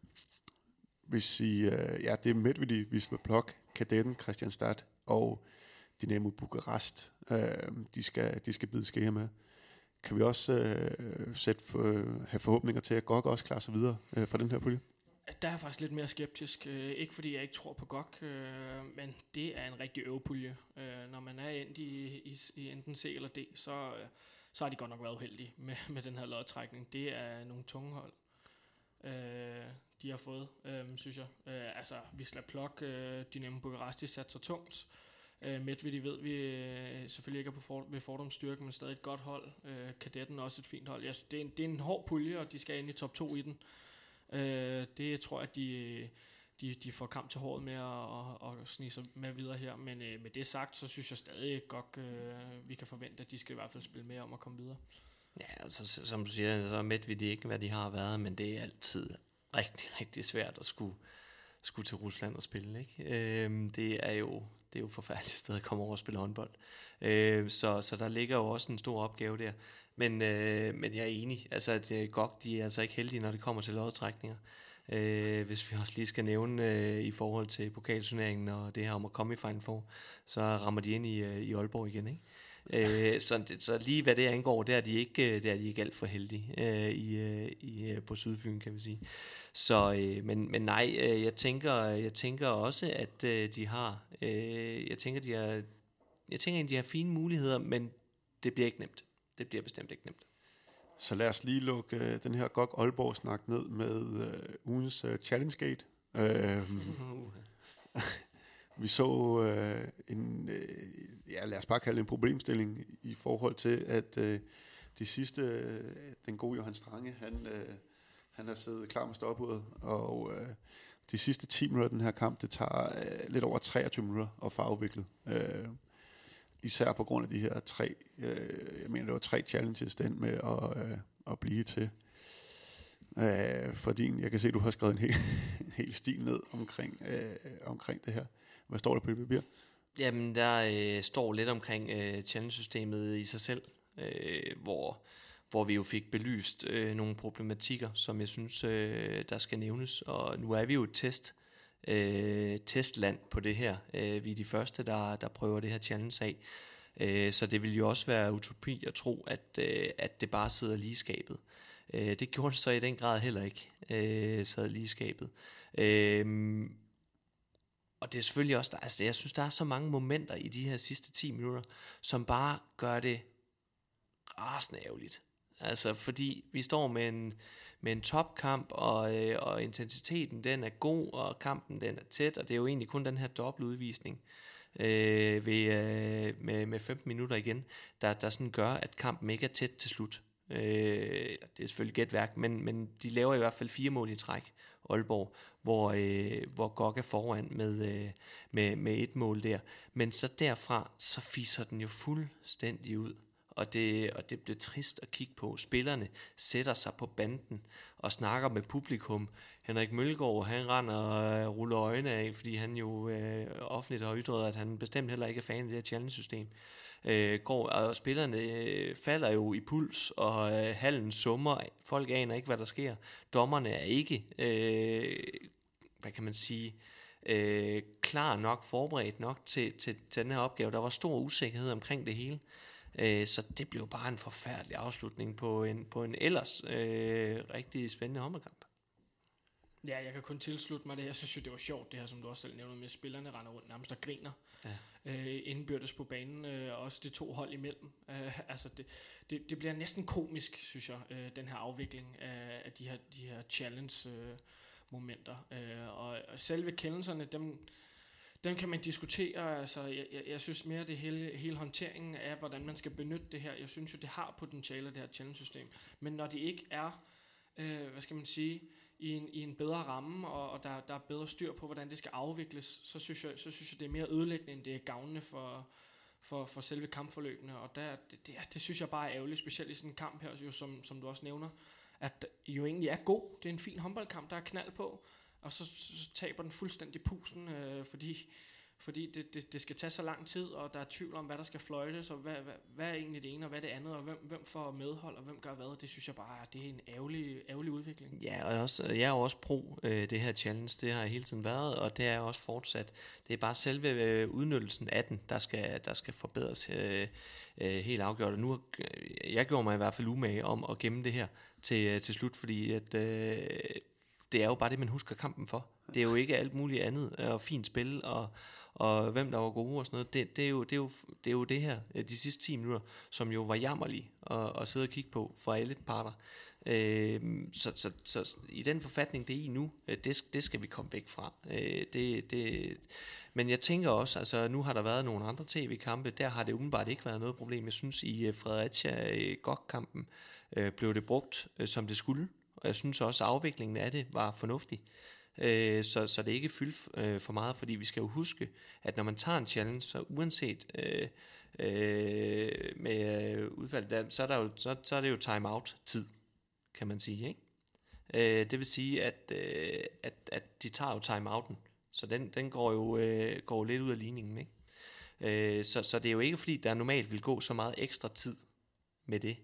hvis I, øh, ja, det er Medvedi, Wisla Plock, Kadetten, Kristianstad og Dynamo Bukarest, øh, de skal, de skal bide skære med. Kan vi også øh, sætte for, øh, have forhåbninger til, at G O G også klarer sig videre øh, fra den her pulje? Der er jeg faktisk lidt mere skeptisk. Øh, ikke fordi jeg ikke tror på G O G, øh, men det er en rigtig øvepulje. Øh, når man er endt i, i, i enten C eller D, så, øh, så har de godt nok været uheldige med, med den her lodtrækning. Det er nogle tunge hold, øh, de har fået, øh, synes jeg. Øh, altså, Wisla Plock, øh, Dynamo Bukarest, de satte sig tungt. Uh, Medvedi ved vi uh, selvfølgelig ikke er på for, ved fordomsstyrke, men stadig et godt hold. Uh, Kadetten også et fint hold. Jeg synes, det, er en, det er en hård pulje, og de skal ind i top to i den. Uh, det tror jeg, at de, de, de får kamp til håret med at, at, at snige sig med videre her. Men uh, med det sagt, så synes jeg stadig godt, uh, vi kan forvente, at de skal i hvert fald spille mere om at komme videre. Ja, altså som du siger, så er Medvedi ikke, hvad de har været, men det er altid rigtig, rigtig svært at skulle, skulle til Rusland og spille, ikke? Uh, det er jo... Det er jo et forfærdeligt sted at komme over og spille håndbold. Øh, så, så der ligger jo også en stor opgave der. Men, øh, men jeg er enig. Altså, at G O G, de er altså ikke heldige, når det kommer til lodtrækninger. Øh, hvis vi også lige skal nævne øh, i forhold til pokalturneringen og det her om at komme i Final Four, så rammer de ind i, øh, i Aalborg igen, ikke? Øh, så, så lige hvad det angår, der er de ikke, der er de ikke alt for heldige øh, i, øh, i, på Sydfyn, kan vi sige. Så, øh, men, men nej, øh, jeg tænker, jeg tænker også, at øh, de har, øh, jeg tænker, de har, jeg tænker, at de har fine muligheder, men det bliver ikke nemt. Det bliver bestemt ikke nemt. Så lad os lige lukke øh, den her G O G Aalborg snak ned med øh, ugens øh, Challenge Gate. Øh, Vi så øh, en, øh, ja, lad os bare kalde det en problemstilling i forhold til, at øh, de sidste, øh, den gode Johan Strange, han, øh, han har siddet klar med stopuret, og øh, de sidste ti minutter af den her kamp, det tager øh, lidt over treogtyve minutter at få afviklet. Øh, især på grund af de her tre, øh, jeg mener det var tre challenges, den med at, øh, at blive til. Øh, fordi jeg kan se, at du har skrevet en hel, en hel stil ned omkring, øh, omkring det her. Hvad står der på det papir? Jamen, der øh, står lidt omkring øh, challenge-systemet i sig selv, øh, hvor, hvor vi jo fik belyst øh, nogle problematikker, som jeg synes, øh, der skal nævnes. Og nu er vi jo et test, øh, testland på det her. Øh, vi er de første, der, der prøver det her challenge af. Øh, så det vil jo også være utopi at tro, at, øh, at det bare sidder lige i skabet. Øh, det gjorde det så i den grad heller ikke, øh, sad lige i skabet. Øh, Og det er selvfølgelig også, der, altså jeg synes, der er så mange momenter i de her sidste ti minutter, som bare gør det rasende ærgerligt. Altså fordi vi står med en, med en topkamp, og, øh, og intensiteten den er god, og kampen den er tæt, og det er jo egentlig kun den her dobbeltudvisning øh, ved, øh, med, med femten minutter igen, der, der sådan gør, at kampen ikke er tæt til slut. Øh, det er selvfølgelig gætværk, men, men de laver i hvert fald fire mål i træk, Aalborg, hvor, øh, hvor G O G er foran med, øh, med, med et mål der. Men så derfra, så fiser den jo fuldstændig ud. Og det, og det blev trist at kigge på. Spillerne sætter sig på banden og snakker med publikum. Henrik Mølgaard, han render og ruller øjne af, fordi han jo øh, offentligt har ytret, at han bestemt heller ikke er fan af det her challenge-system. Øh, går, og spillerne øh, falder jo i puls, og øh, hallen summer. Folk aner ikke, hvad der sker. Dommerne er ikke, øh, hvad kan man sige, øh, klar nok, forberedt nok til, til, til den her opgave. Der var stor usikkerhed omkring det hele. Øh, så det blev bare en forfærdelig afslutning på en, på en ellers øh, rigtig spændende håndboldkamp. Ja, jeg kan kun tilslutte mig det. Jeg synes jo, det var sjovt, det her, som du også selv nævner med, spillerne render rundt nærmest og griner ja. øh, indbyrdes på banen, øh, også de to hold imellem. Øh, altså det, det, det bliver næsten komisk, synes jeg, øh, den her afvikling af, af de her, de her challenge-momenter. Øh, og, og selve kendelserne, dem, dem kan man diskutere. Altså, jeg, jeg, jeg synes mere, det hele, hele håndteringen af, hvordan man skal benytte det her. Jeg synes jo, det har potentiale, det her challenge-system. Men når det ikke er, øh, hvad skal man sige, i en, i en bedre ramme, og, og der, der er bedre styr på, hvordan det skal afvikles, så synes jeg, så synes jeg det er mere ødelæggende, end det er gavnende for, for, for selve kampforløbene, og der, det, det, det synes jeg bare er ærgerligt, specielt i sådan en kamp her, jo, som, som du også nævner, at jo egentlig er god, det er en fin håndboldkamp, der er knald på, og så, så taber den fuldstændig pusen, øh, fordi fordi det, det, det skal tage så lang tid, og der er tvivl om, hvad der skal fløjtes, og hvad, hvad, hvad er egentlig det ene, og hvad er det andet, og hvem, hvem får medhold, og hvem gør hvad. Det synes jeg bare, det er en ærgerlig, ærgerlig udvikling. Ja, og også, jeg er jo også pro øh, det her challenge, det har jeg hele tiden været, og det er også fortsat. Det er bare selve øh, udnyttelsen af den, der skal, der skal forbedres øh, øh, helt afgjort. Og nu, jeg gjorde mig i hvert fald umage om at gemme det her til, øh, til slut, fordi at, øh, det er jo bare det, man husker kampen for. Det er jo ikke alt muligt andet, og fint spil, og og hvem der var gode og sådan noget, det, det, er jo, det, er jo, det er jo det her, de sidste ti minutter, som jo var jammerlige at, at sidde og kigge på for alle parter. Øh, så, så, så i den forfatning, det er i nu, det, det skal vi komme væk fra. Øh, det, det, men jeg tænker også, altså nu har der været nogle andre tv-kampe, der har det umiddelbart ikke været noget problem. Jeg synes i Fredericia G O K-kampen øh, blev det brugt, øh, som det skulle, og jeg synes også, at afviklingen af det var fornuftig. Øh, så, så det ikke fyldt øh, for meget, fordi vi skal jo huske, at når man tager en challenge, så uanset øh, øh, med øh, udvalg, der, så, er der jo, så, så er det jo time-out-tid, kan man sige, ikke? Øh, det vil sige, at, øh, at, at de tager jo time-outen, så den, den går jo øh, går lidt ud af ligningen, ikke? Øh, så, så det er jo ikke, fordi der normalt vil gå så meget ekstra tid med det.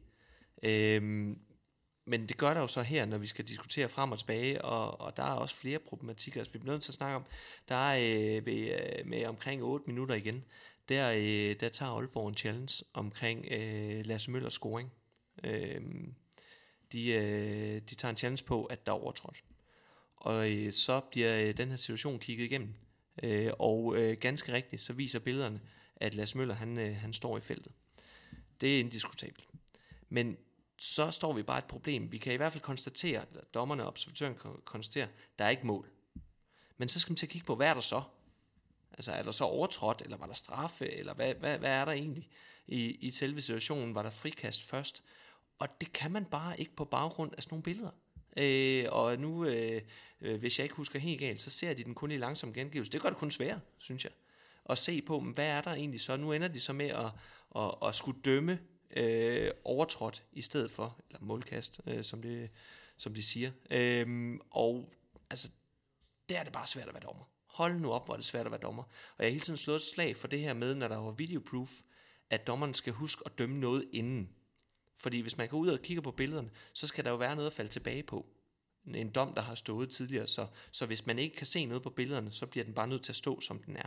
Øh, Men det gør der jo så her, når vi skal diskutere frem og tilbage, og, og der er også flere problematikker. Altså, vi bliver nødt til at snakke om, der er øh, ved, øh, med omkring otte minutter igen, der, øh, der tager Aalborg en challenge omkring øh, Lasse Møllers scoring. Øh, de, øh, de tager en challenge på, at der er overtrådt. Og øh, så bliver øh, den her situation kigget igennem. Øh, og øh, ganske rigtigt, så viser billederne, at Lasse Møller, han, øh, han står i feltet. Det er indiskutabelt. Men så står vi bare et problem. Vi kan i hvert fald konstatere, at dommerne og observatøren konstaterer, at der er ikke mål. Men så skal man til at kigge på, hvad er der så? Altså er der så overtrådt, eller var der straffe, eller hvad, hvad, hvad er der egentlig i, i selve situationen? Var der frikast først? Og det kan man bare ikke på baggrund af sådan nogle billeder. Øh, og nu, øh, hvis jeg ikke husker helt galt, så ser de den kun i langsom gengivelse. Det gør det kun sværere, synes jeg, at se på, hvad er der egentlig så? Nu ender de så med at, at, at skulle dømme Øh, overtrådt i stedet for, eller målkast, øh, som, det, som de siger. Øh, og altså, der er det bare svært at være dommer. Hold nu op, hvor er det svært at være dommer. Og jeg har hele tiden slået et slag for det her med, når der var videoproof, at dommeren skal huske at dømme noget inden. Fordi hvis man går ud og kigger på billederne, så skal der jo være noget at falde tilbage på. En dom, der har stået tidligere. Så, så hvis man ikke kan se noget på billederne, så bliver den bare nødt til at stå, som den er.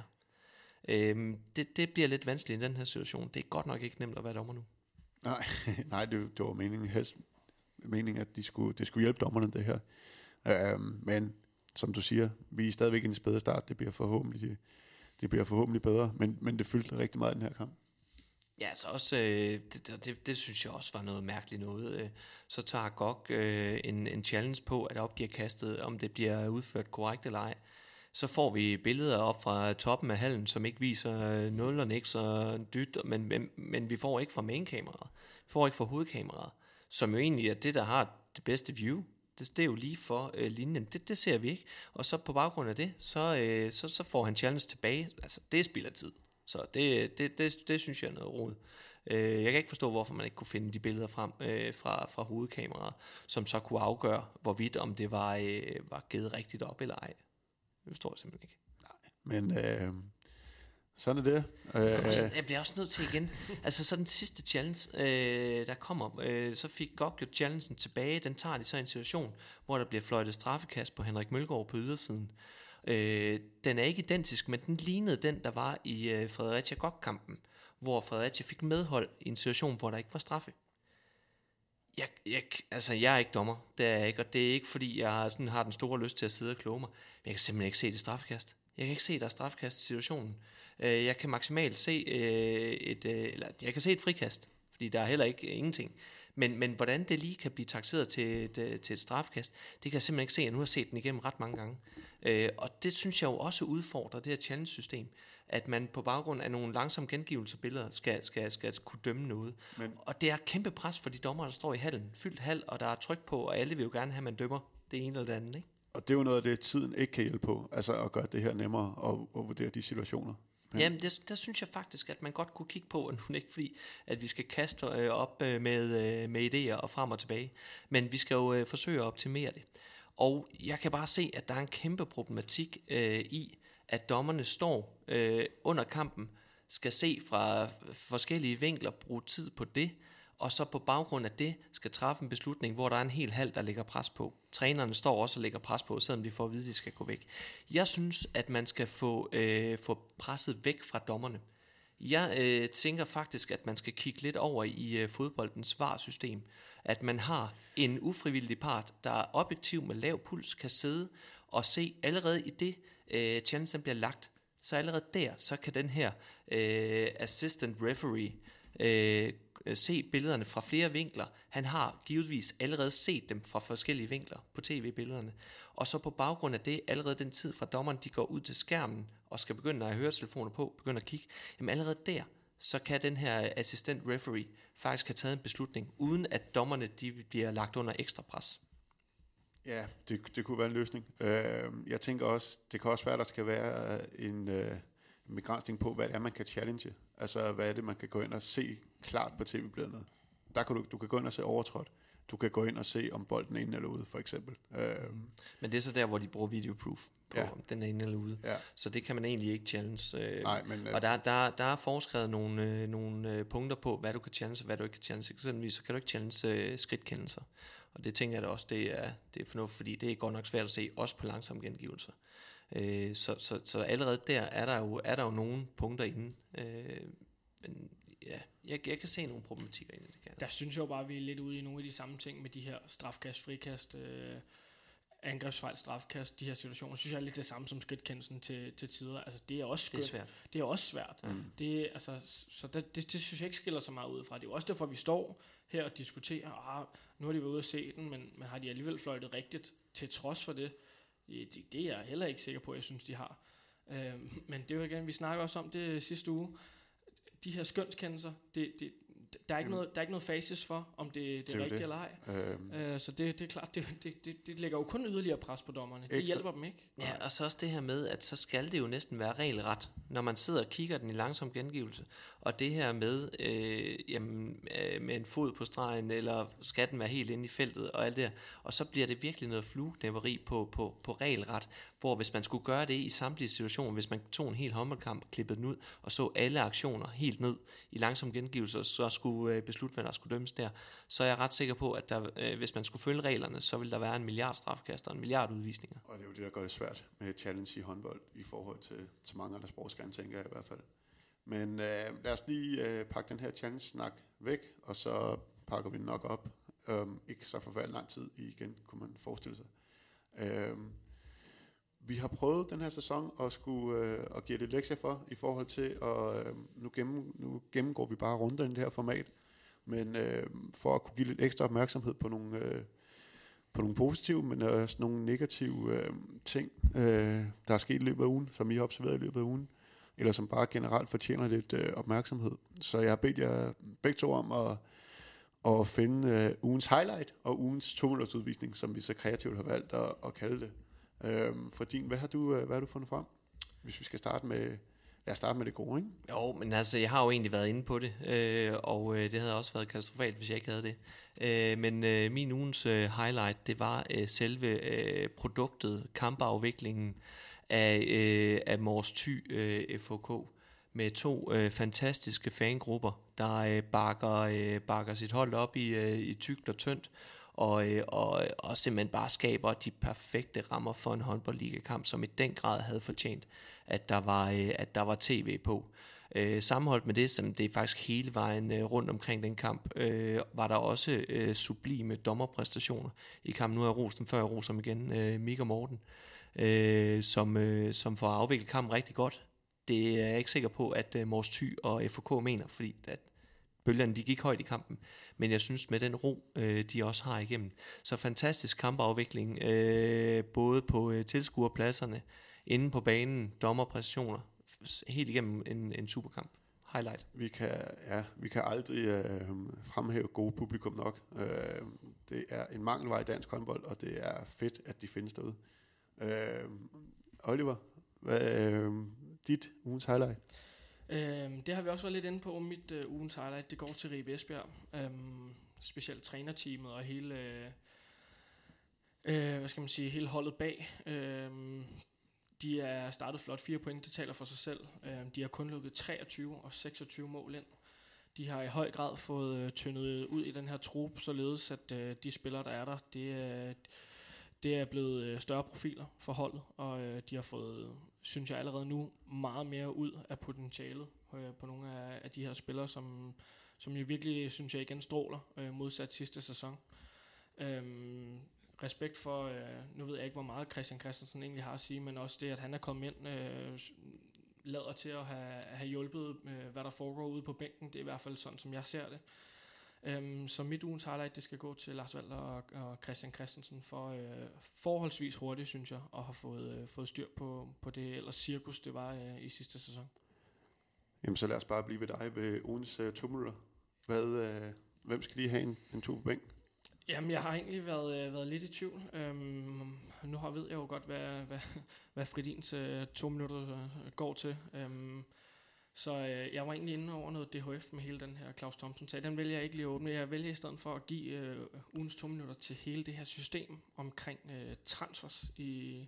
Øh, det, det bliver lidt vanskeligt i den her situation. Det er godt nok ikke nemt at være dommer nu. Nej, nej, det, det var meningen, helst, meningen at de skulle, det skulle hjælpe dommerne, det her. Øhm, men som du siger, vi er stadigvæk i en spæde start. Det bliver forhåbentlig, det, det bliver forhåbentlig bedre, men, men det fyldte rigtig meget i den her kamp. Ja, altså også, øh, det, det, det synes jeg også var noget mærkeligt noget. Øh, så tager G O K øh, en, en challenge på, at opgive kastet, om det bliver udført korrekt eller ej. Så får vi billeder op fra toppen af hallen, som ikke viser nul og niks og dyt, men, men, men vi får ikke fra mainkameraet. Vi får ikke fra hovedkameraet, som jo egentlig er det, der har det bedste view. Det, det er jo lige for øh, linjen. Det, det ser vi ikke. Og så på baggrund af det, så, øh, så, så får han challenge tilbage. Altså, det er spild af tid. Så det, det, det, det synes jeg er noget rod. Øh, jeg kan ikke forstå, hvorfor man ikke kunne finde de billeder frem øh, fra, fra hovedkameraet, som så kunne afgøre, hvorvidt om det var, øh, var givet rigtigt op eller ej. Det forstår jeg simpelthen ikke. Nej, men øh, sådan er det. Øh, også, jeg bliver også nødt til igen. Altså så den sidste challenge, øh, der kommer, øh, så fik Gok jo challengen tilbage. Den tager de så i en situation, hvor der bliver fløjtet straffekast på Henrik Mølgaard på ydersiden. Øh, den er ikke identisk, men den lignede den, der var i øh, Fredericia-Gok-kampen, hvor Fredericia fik medhold i en situation, hvor der ikke var straffe. Jeg, jeg, altså, jeg er ikke dommer, det er jeg ikke, og det er ikke, fordi jeg sådan har den store lyst til at sidde og kloge mig, men jeg kan simpelthen ikke se det straffekast. Jeg kan ikke se, der er straffekast i situationen. Øh, jeg kan maksimalt se øh, et, øh, eller jeg kan se et frikast, fordi der er heller ikke øh, ingenting. Men, men hvordan det lige kan blive takseret til et, til et straffekast, det kan jeg simpelthen ikke se. Jeg nu har set den igennem ret mange gange. Øh, og det synes jeg jo også udfordrer det her challenge-system, at man på baggrund af nogle langsomme gengivelser billeder skal, skal, skal kunne dømme noget. Men og det er et kæmpe pres for de dommer, der står i hallen, fyldt hal, og der er tryk på, og alle vil jo gerne have, at man dømmer det ene eller det andet, ikke? Og det er jo noget af det, tiden ikke kan hjælpe på, altså at gøre det her nemmere og, og vurdere de situationer. Ja. Jamen, det, der synes jeg faktisk, at man godt kunne kigge på, og nu er det ikke fordi, at vi skal kaste øh, op øh, med, øh, med idéer og frem og tilbage, men vi skal jo øh, forsøge at optimere det. Og jeg kan bare se, at der er en kæmpe problematik øh, i, at dommerne står øh, under kampen, skal se fra forskellige vinkler, bruge tid på det, og så på baggrund af det skal træffe en beslutning, hvor der er en hel halv, der lægger pres på. Trænerne står også og lægger pres på, selvom de får at vide, at de skal gå væk. Jeg synes, at man skal få, øh, få presset væk fra dommerne. Jeg øh, tænker faktisk, at man skal kigge lidt over i øh, fodboldens svarsystem. At man har en ufrivillig part, der er objektiv med lav puls, kan sidde og se allerede i det, øh, chancen bliver lagt. Så allerede der, så kan den her øh, assistant referee øh, se billederne fra flere vinkler. Han har givetvis allerede set dem fra forskellige vinkler på tv-billederne. Og så på baggrund af det, allerede den tid fra dommeren, de går ud til skærmen og skal begynde at have høretelefoner på, begynde at kigge, jamen allerede der, så kan den her assistent referee faktisk have taget en beslutning, uden at dommerne de bliver lagt under ekstra pres. Ja, det, det kunne være en løsning. Øh, jeg tænker også, det kan også være, at der skal være en, øh, en begrænsning på, hvad det er, man kan challenge. Altså, hvad er det, man kan gå ind og se klart på tv-billederne. Der kan du, du kan gå ind og se overtrådt. Du kan gå ind og se, om bolden er inde eller ude, for eksempel. Øh, Men det er så der, hvor de bruger videoproof på, ja. Om den er inde eller ude. Ja. Så det kan man egentlig ikke challenge. Øh, Nej, men, øh, og der, der, der er foreskrevet nogle, øh, nogle øh, punkter på, hvad du kan challenge og hvad du ikke kan challenge. Eksempelvis så kan du ikke challenge øh, skridtkendelser. Og det tænker jeg da også, det er, det er fornuftigt, fordi det er godt nok svært at se, også på langsomme gengivelser. Øh, så, så, så allerede der er der jo, er der jo nogle punkter inde. Øh, men ja, jeg, jeg kan se nogle problematikker inde i det. Kan der synes jeg jo bare, at vi er lidt ude i nogle af de samme ting med de her strafkast, frikast, øh, angrebsfejl, strafkast, de her situationer. Synes jeg er lidt det samme som skridtkendelsen til, til tider. Altså det er også skønt. Det er svært. Det er også svært. Mm. Det, altså, så det, det, det synes jeg ikke skiller så meget ud fra. Det er jo også derfor, vi står her og diskuterer, ah, nu har de været ude at se den, men, men har de alligevel fløjtet rigtigt til trods for det? Det, det er jeg heller ikke sikker på, jeg synes, de har. Øh, men det er jo igen, vi snakker også om det sidste uge. De her skønskendelser, det, det, der, er ikke noget, der er ikke noget facis for, om det, det, det er rigtigt det. Eller ej. Øhm. Øh, så det, det er klart, det, det, det, det lægger jo kun yderligere pres på dommerne. Ekstra. Det hjælper dem ikke. Ja, og så også det her med, at så skal det jo næsten være regelret, når man sidder og kigger den i langsom gengivelse. Og det her med, øh, jamen, øh, med en fod på stregen, eller skal den være helt inde i feltet, og alt det her. Og så bliver det virkelig noget flueknæpperi på, på, på regelret, hvor hvis man skulle gøre det i samtlige situationer, hvis man tog en hel håndboldkamp og klippede den ud, og så alle aktioner helt ned i langsom gengivelse, og så skulle øh, beslutte, hvad der skulle dømmes der, så er jeg ret sikker på, at der, øh, hvis man skulle følge reglerne, så ville der være en milliard strafkast og en milliard udvisninger. Og det er jo det, der gør det svært med challenge i håndbold, i forhold til, til mange andre sportsgrene, tænker jeg i hvert fald. Men øh, lad os lige øh, pakke den her challenge-snak væk, og så pakker vi den nok op. Um, ikke så forfærdelig lang tid igen, kunne man forestille sig. Um, vi har prøvet den her sæson at skulle øh, at give lidt lektier for, i forhold til, og øh, nu, gennem, nu gennemgår vi bare runder i det her format, men øh, for at kunne give lidt ekstra opmærksomhed på nogle, øh, på nogle positive, men også nogle negative øh, ting, øh, der er sket i løbet af ugen, som I har observeret i løbet af ugen, eller som bare generelt fortjener lidt øh, opmærksomhed. Så jeg har bedt jer begge to om at, at finde øh, ugens highlight og ugens to-minutters-udvisning, som vi så kreativt har valgt at, at kalde det. Øhm, for din, hvad har du, hvad har du fundet frem? Hvis vi skal starte med, lad os starte med det gode, ikke? Jo, men altså, jeg har jo egentlig været inde på det, øh, og øh, det havde også været katastrofalt, hvis jeg ikke havde det. Øh, men øh, min ugens øh, highlight, det var øh, selve øh, produktet, kampafviklingen af, øh, af Mors Thy øh, F H K, med to øh, fantastiske fangrupper, der øh, bakker, øh, bakker sit hold op i, øh, i tykt og tyndt, og, øh, og, og simpelthen bare skaber de perfekte rammer for en håndboldligakamp, som i den grad havde fortjent, at der var, øh, at der var tv på. Øh, sammenholdt med det, som det er faktisk hele vejen øh, rundt omkring den kamp, øh, var der også øh, sublime dommerpræstationer i kampen. Nu har jeg rost dem før, jeg roser dem igen, øh, Mik og Morten, øh, som, øh, som får afviklet kampen rigtig godt. Det er jeg ikke sikker på, at uh, Mors Thy og F H K mener, fordi at bølgerne de gik højt i kampen. Men jeg synes, med den ro, øh, de også har igennem. Så fantastisk kampafvikling, øh, både på øh, tilskuerpladserne, inde på banen, dommerpræstationer, helt igennem en, en superkamp. Highlight. Vi kan, ja, vi kan aldrig øh, fremhæve gode publikum nok. Øh, det er en mangelvare i dansk håndbold, og det er fedt, at de findes derude. Øh, Oliver, hvad øh, dit ugens highlight? Øhm, det har vi også været lidt inde på. Mit øh, ugens highlight, det går til Ribe Esbjerg. Øhm, specielt trænerteamet og hele, øh, øh, hvad skal man sige, hele holdet bag. Øhm, de er startet flot, fire point, det taler for sig selv. Øhm, de har kun lukket treogtyve og seksogtyve mål ind. De har i høj grad fået øh, tyndet ud i den her trup, således at øh, de spillere, der er der, det er... Øh, Det er blevet øh, større profiler for holdet, og øh, de har fået, synes jeg allerede nu, meget mere ud af potentialet øh, på nogle af, af de her spillere, som, som jo virkelig, synes jeg, igen stråler øh, modsat sidste sæson. Øhm, respekt for, øh, nu ved jeg ikke, hvor meget Christian Christensen egentlig har at sige, men også det, at han er kommet ind, øh, lader til at have, have hjulpet, øh, hvad der foregår ude på bænken. Det er i hvert fald sådan, som jeg ser det. Um, så mit ugens highlight, det skal gå til Lars Walter og, og Christian Christensen for uh, forholdsvis hurtigt, synes jeg, og har fået, uh, fået styr på, på det ellers cirkus, det var uh, i sidste sæson. Jamen så lad os bare blive ved dig ved ugens uh, to minutter. Hvad, uh, hvem skal lige have en, en tur på bænken? Jamen, jeg har egentlig været, uh, været lidt i tvivl. Um, nu har, ved jeg jo godt, hvad, hvad, hvad Fridins uh, to minutter uh, går til. Um, Så øh, jeg var egentlig inde over noget D H F med hele den her Claus Thomsen-sag. Den vælger jeg ikke lige at åbne. Jeg vælger i stedet for at give øh, ugens to minutter til hele det her system omkring øh, transfers i,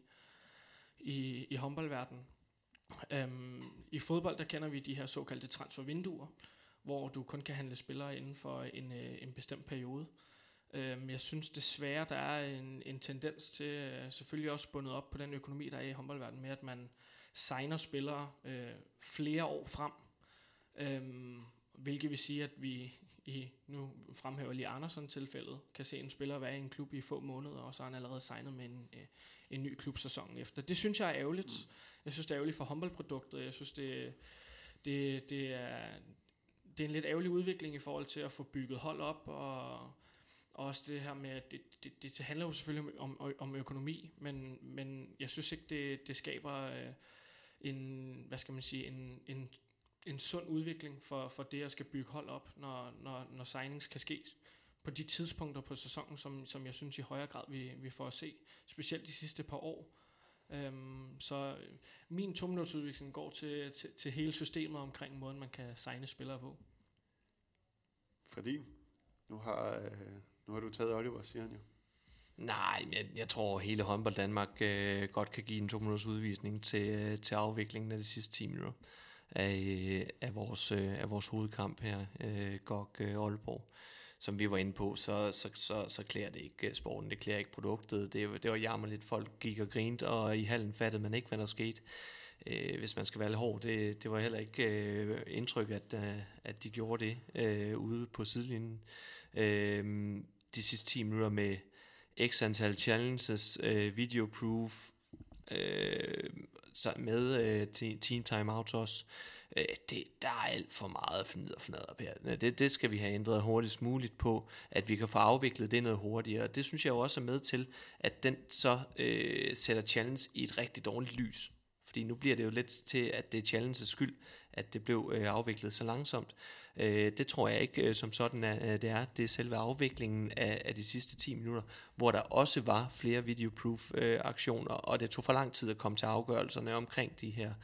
i, i håndboldverdenen. Øhm, I fodbold, der kender vi de her såkaldte transfervinduer, hvor du kun kan handle spillere inden for en, øh, en bestemt periode. Øhm, jeg synes desværre, der er en, en tendens til, øh, selvfølgelig også bundet op på den økonomi, der er i håndboldverdenen, med at man signer spillere øh, flere år frem, øhm, hvilket vil sige, at vi i, nu fremhæver lige Andersen tilfældet, kan se en spiller være i en klub i få måneder, og så er han allerede signet med en, øh, en ny klub sæsonen efter. Det synes jeg er ærgerligt. Mm. Jeg synes, det er ærgerligt for håndboldproduktet. Jeg synes, det, det, det, er, det er en lidt ærgerlig udvikling i forhold til at få bygget hold op, og Og også det her med, at det, det, det handler jo selvfølgelig om, om økonomi, men, men jeg synes ikke, det, det skaber øh, en, hvad skal man sige, en, en, en sund udvikling for, for det at skal bygge hold op, når, når, når signings kan ske på de tidspunkter på sæsonen, som, som jeg synes i højere grad vi, vi får at se, specielt de sidste par år. Øhm, så min to-minutters udvikling går til, til, til hele systemet omkring måden, man kan signe spillere på. Fordi nu har... Øh Nu har du taget Oliver, siger han jo. Nej, jeg, jeg tror hele håndbold Danmark øh, godt kan give en to minutters udvisning til, til afviklingen af de sidste ti minutter af, af, vores, øh, af vores hovedkamp her, øh, G O G øh, Aalborg. Som vi var inde på, så, så, så, så klæder det ikke sporten, det klæder ikke produktet. Det, det var jammerligt, folk gik og grinte, og i hallen fattede man ikke, hvad der skete. Øh, hvis man skal være lidt hård, det, det var heller ikke øh, indtryk, at, øh, at de gjorde det øh, ude på sidelinjen. Øh, de sidste ti minutter med x antal challenges, øh, video proof, øh, med øh, team timeouts også. Øh, det, der er alt for meget fnider og fnader her. Det, det skal vi have ændret hurtigst muligt på, at vi kan få afviklet det noget hurtigere. Det synes jeg jo også er med til, at den så øh, sætter challenge i et rigtig dårligt lys. Fordi nu bliver det jo lidt til, at det er challenges skyld, at det blev øh, afviklet så langsomt. Øh, det tror jeg ikke øh, som sådan, at det er. Det er selve afviklingen af, af de sidste ti minutter, hvor der også var flere videoproof øh, aktioner, og det tog for lang tid at komme til afgørelserne omkring de her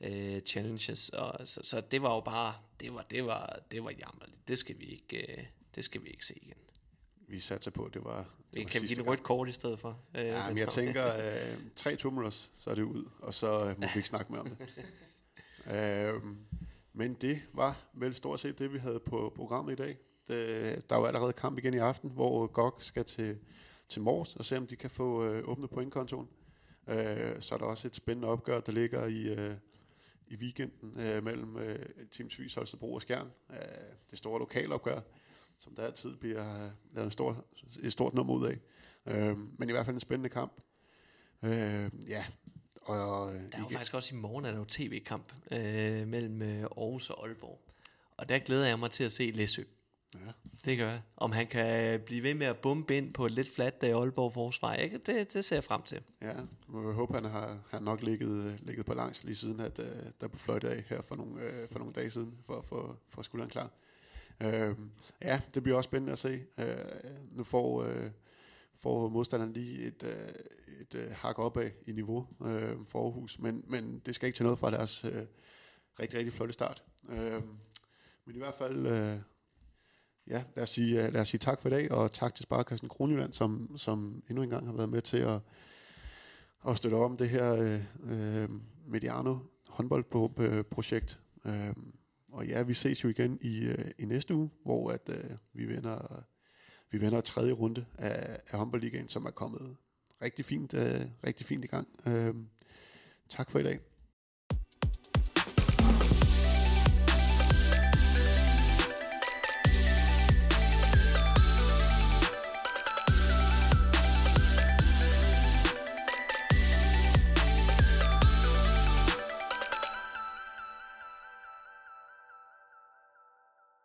øh, challenges, og så, så det var jo bare, det var, det var, det var jammerligt. Det skal vi ikke, øh, det skal vi ikke se igen. Vi satser på, at det var, det vi var kan vi give et rødt kort i stedet for? Øh, ja, men jeg tænker, øh, tre tumulers, så er det ud, og så øh, må vi ikke snakke mere om det. øh, men det var vel stort set det, vi havde på programmet i dag. Det, der er jo allerede kamp igen i aften, hvor G O G skal til, til Mors og se, om de kan få øh, åbnet pointkontoen. Øh, så er der også et spændende opgør, der ligger i, øh, i weekenden øh, mellem øh, Team Tvis, Holstebro og Skjern. Øh, det store lokalopgør, som der altid bliver lavet en stor, et stort nummer ud af. Øh, men i hvert fald en spændende kamp. Øh, ja, og, der er jo faktisk også i morgen, er der jo tv-kamp øh, mellem øh, Aarhus og Aalborg. Og der glæder jeg mig til at se Læsø. Ja. Det gør jeg. Om han kan blive ved med at bombe ind på et lidt fladt der i Aalborg forsvar, ikke? Det, det ser jeg frem til. Ja, jeg håber, han har, har nok ligget, ligget på langs lige siden, at uh, der blev fløjtet af her for nogle, uh, for nogle dage siden, for at få for skulderen klar. Uh, ja, det bliver også spændende at se. Uh, nu får, uh, får modstanderen lige et, uh, et uh, hak opad i niveau uh, for Aarhus, men, men det skal ikke til noget fra deres uh, rigtig, rigtig flotte start. Uh, men i hvert fald... Uh, Ja, lad os, sige, lad os sige tak for i dag, og tak til Sparekassen Kronjylland, som, som endnu en gang har været med til at, at støtte op om det her øh, Mediano håndboldprojekt. Øh, og ja, vi ses jo igen i, øh, i næste uge, hvor at, øh, vi vender vi vender tredje runde af, af håndboldligaen, som er kommet rigtig fint, øh, rigtig fint i gang. Øh, tak for i dag.